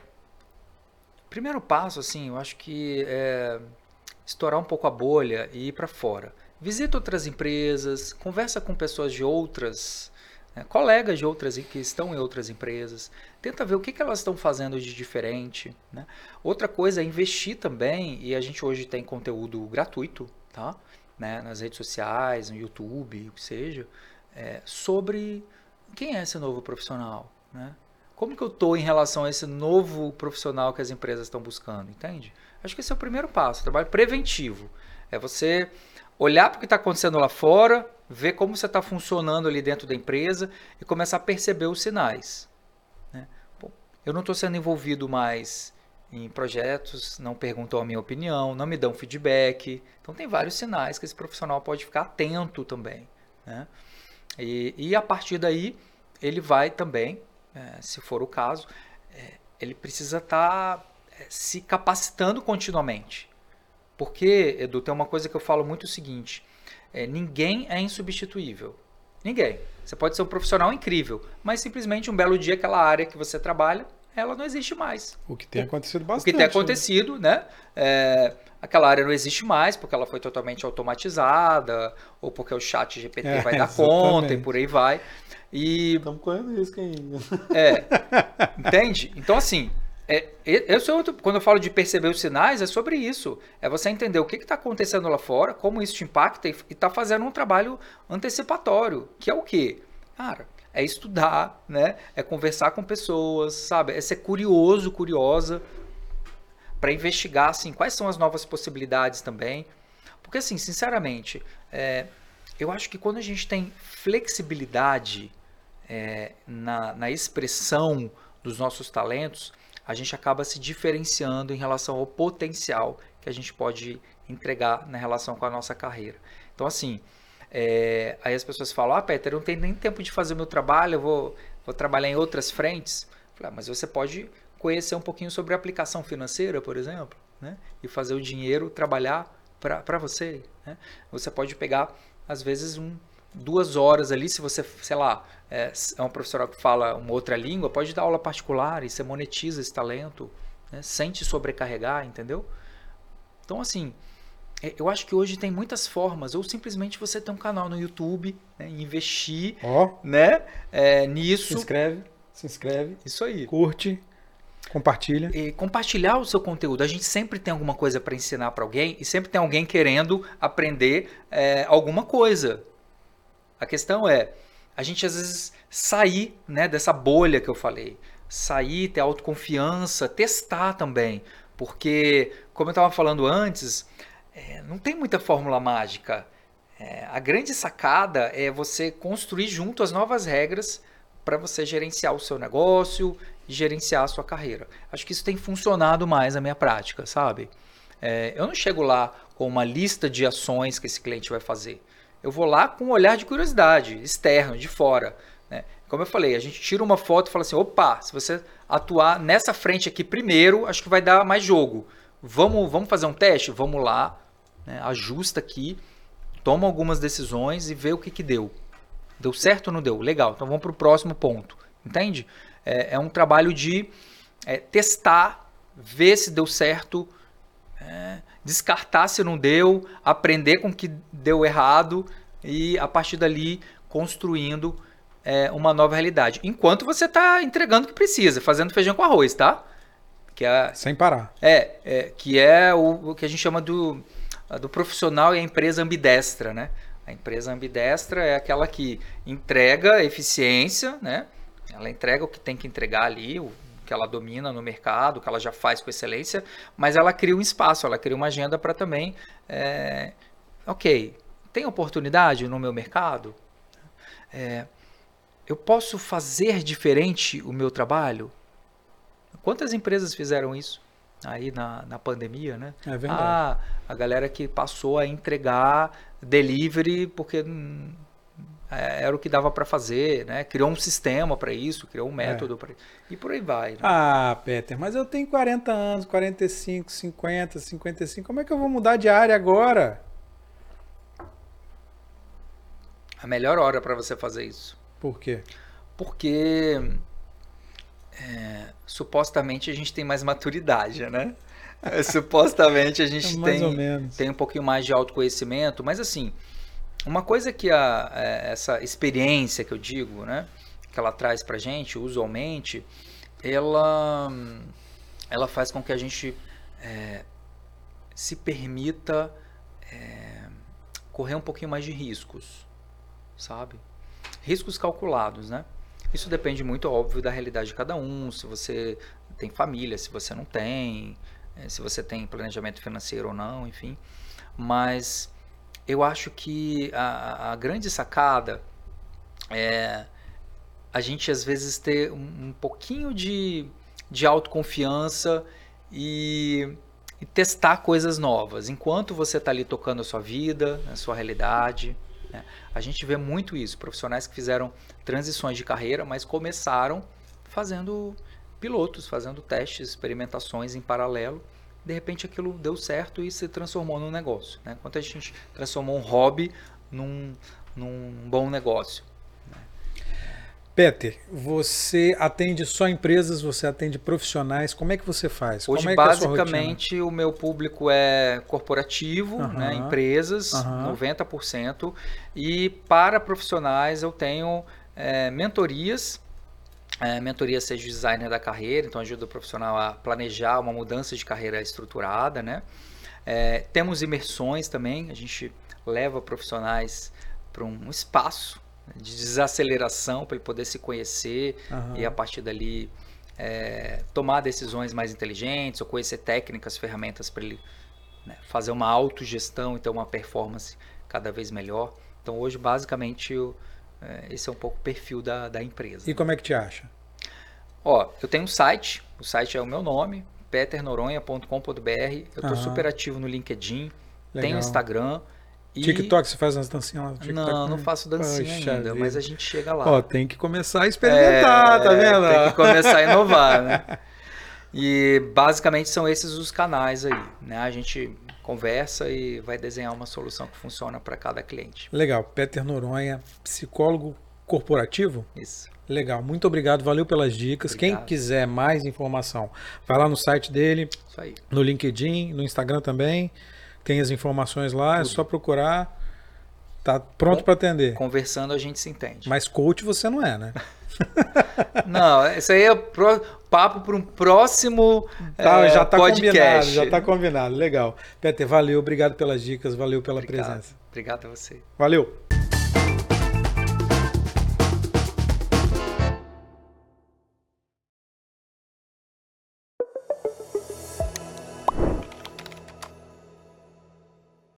primeiro passo, assim, eu acho que é estourar um pouco a bolha e ir para fora. Visita outras empresas, conversa com pessoas de outras, né, colegas de outras que estão em outras empresas, tenta ver o que, que elas estão fazendo de diferente. Né? Outra coisa é investir também, e a gente hoje tem conteúdo gratuito, tá? Né, nas redes sociais, no YouTube, o que seja, é, sobre quem é esse novo profissional, né? Como que eu estou em relação a esse novo profissional que as empresas estão buscando, entende? Acho que esse é o primeiro passo, trabalho preventivo. É você olhar para o que está acontecendo lá fora, ver como você está funcionando ali dentro da empresa e começar a perceber os sinais. Né? Bom, eu não estou sendo envolvido mais em projetos, não perguntam a minha opinião, não me dão feedback. Então tem vários sinais que esse profissional pode ficar atento também. Né? E, e a partir daí ele vai também, é, se for o caso, é, ele precisa estar tá, é, se capacitando continuamente. Porque, Edu, tem uma coisa que eu falo muito o seguinte, é, ninguém é insubstituível. Ninguém. Você pode ser um profissional incrível, mas simplesmente um belo dia aquela área que você trabalha, ela não existe mais. O que tem acontecido bastante. O que tem acontecido, né? né? É, aquela área não existe mais porque ela foi totalmente automatizada, ou porque o chat G P T é, vai dar exatamente. conta e por aí vai. E... Estamos correndo risco ainda. É, entende? Então, assim, é, esse é outro, quando eu falo de perceber os sinais, é sobre isso. É você entender o que está acontecendo lá fora, como isso te impacta e está fazendo um trabalho antecipatório, que é o quê? Cara, é estudar, né? É conversar com pessoas, sabe? É ser curioso, curiosa, para investigar, assim, quais são as novas possibilidades também. Porque, assim, sinceramente, é, eu acho que quando a gente tem flexibilidade é, na, na expressão dos nossos talentos, a gente acaba se diferenciando em relação ao potencial que a gente pode entregar na relação com a nossa carreira. Então, assim, é, aí as pessoas falam, ah, Peter, eu não tenho nem tempo de fazer o meu trabalho, eu vou, vou trabalhar em outras frentes. Eu falei, ah, mas você pode conhecer um pouquinho sobre a aplicação financeira, por exemplo, né? E fazer o dinheiro trabalhar para você. Né? Você pode pegar, às vezes, um, duas horas ali, se você, sei lá, é, é um profissional que fala uma outra língua, pode dar aula particular e você monetiza esse talento, né? Sem te sobrecarregar, entendeu? Então, assim, eu acho que hoje tem muitas formas, ou simplesmente você ter um canal no YouTube, né, investir oh. né, é, nisso. Se inscreve, se inscreve. Isso aí. Curte, compartilha. E compartilhar o seu conteúdo. A gente sempre tem alguma coisa para ensinar para alguém e sempre tem alguém querendo aprender é, alguma coisa. A questão é, a gente às vezes sair, né, dessa bolha que eu falei. Sair, ter autoconfiança, testar também. Porque, como eu estava falando antes, é, não tem muita fórmula mágica. É, a grande sacada é você construir junto as novas regras para você gerenciar o seu negócio e gerenciar a sua carreira. Acho que isso tem funcionado mais na minha prática, sabe? É, eu não chego lá com uma lista de ações que esse cliente vai fazer. eu vou lá com um olhar de curiosidade, externo, de fora. Né? Como eu falei, a gente tira uma foto e fala assim, opa, se você atuar nessa frente aqui primeiro, acho que vai dar mais jogo. Vamos, vamos fazer um teste? Vamos lá, né? Ajusta aqui, toma algumas decisões e vê o que, que deu. Deu certo ou não deu? Legal, então vamos para o próximo ponto. Entende? É, é um trabalho de é, testar, ver se deu certo, é, descartar se não deu, aprender com o que deu errado e a partir dali construindo é, uma nova realidade. Enquanto você está entregando o que precisa, fazendo feijão com arroz, tá? Que é, Sem parar. É, é que é o, o que a gente chama do, do profissional e a empresa ambidestra, né? A empresa ambidestra é aquela que entrega eficiência, né? Ela entrega o que tem que entregar ali, o que ela domina no mercado, o que ela já faz com excelência, mas ela cria um espaço, ela cria uma agenda para também, é, ok, tem oportunidade no meu mercado? É, eu posso fazer diferente o meu trabalho? Quantas empresas fizeram isso aí na, na pandemia, né? É verdade. Ah, a galera que passou a entregar delivery porque hum, era o que dava para fazer, né? Criou um sistema para isso, criou um método é. para e por aí vai. Né? Ah, Peter, mas eu tenho quarenta anos, quarenta e cinco, cinquenta, cinquenta e cinco, como é que eu vou mudar de área agora? A melhor hora para você fazer isso. Por quê? Porque é, supostamente a gente tem mais maturidade, né? Supostamente a gente mais tem, ou menos. tem um pouquinho mais de autoconhecimento, mas assim, uma coisa que a, essa experiência que eu digo, né, que ela traz pra gente, usualmente, ela, ela faz com que a gente é, se permita é, correr um pouquinho mais de riscos, sabe? Riscos calculados, né? Isso depende muito, óbvio, da realidade de cada um, se você tem família, se você não tem, se você tem planejamento financeiro ou não, enfim. Mas eu acho que a, a grande sacada é a gente, às vezes, ter um, um pouquinho de, de autoconfiança e, e testar coisas novas, enquanto você está ali tocando a sua vida, a sua realidade. Né? A gente vê muito isso, profissionais que fizeram transições de carreira, mas começaram fazendo pilotos, fazendo testes, experimentações em paralelo. De repente aquilo deu certo e se transformou num negócio. Né? Enquanto a gente transformou um hobby num, num bom negócio. Né? Peter, você atende só empresas, você atende profissionais, como é que você faz? Hoje, como é basicamente, que é o meu público é corporativo, uhum, né? Empresas, uhum. noventa por cento, e para profissionais eu tenho é, mentorias, É, mentoria seja designer da carreira, então ajuda o profissional a planejar uma mudança de carreira estruturada, né? É, temos imersões também, a gente leva profissionais para um espaço de desaceleração para ele poder se conhecer uhum. e a partir dali é, tomar decisões mais inteligentes ou conhecer técnicas, ferramentas para ele, né, fazer uma autogestão e ter uma performance cada vez melhor. Então hoje basicamente eu esse é um pouco o perfil da, da empresa. E como é que te acha? Ó, eu tenho um site, o site é o meu nome, peter noronha ponto com ponto b r. Eu estou uhum. super ativo no LinkedIn, Legal. Tenho Instagram. E... TikTok, você faz umas dancinhas lá no TikTok? Não, não faço dancinha Poxa ainda, vida. Mas a gente chega lá. Ó, tem que começar a experimentar, é, tá vendo? Tem que começar a inovar, né? E basicamente são esses os canais aí, né? A gente conversa e vai desenhar uma solução que funciona para cada cliente. Legal. Peter Noronha, psicólogo corporativo? Isso. Legal. Muito obrigado. Valeu pelas dicas. Obrigado. Quem quiser mais informação, vai lá no site dele, Isso aí. No LinkedIn, no Instagram também. Tem as informações lá, Tudo. É só procurar. Tá pronto para atender. Conversando a gente se entende. Mas coach você não é, né? Não, isso aí é pro, papo para um próximo tá, é, já tá podcast. Combinado, já está combinado. Legal. Peter, valeu. Obrigado pelas dicas. Valeu pela obrigado. presença. Obrigado a você. Valeu.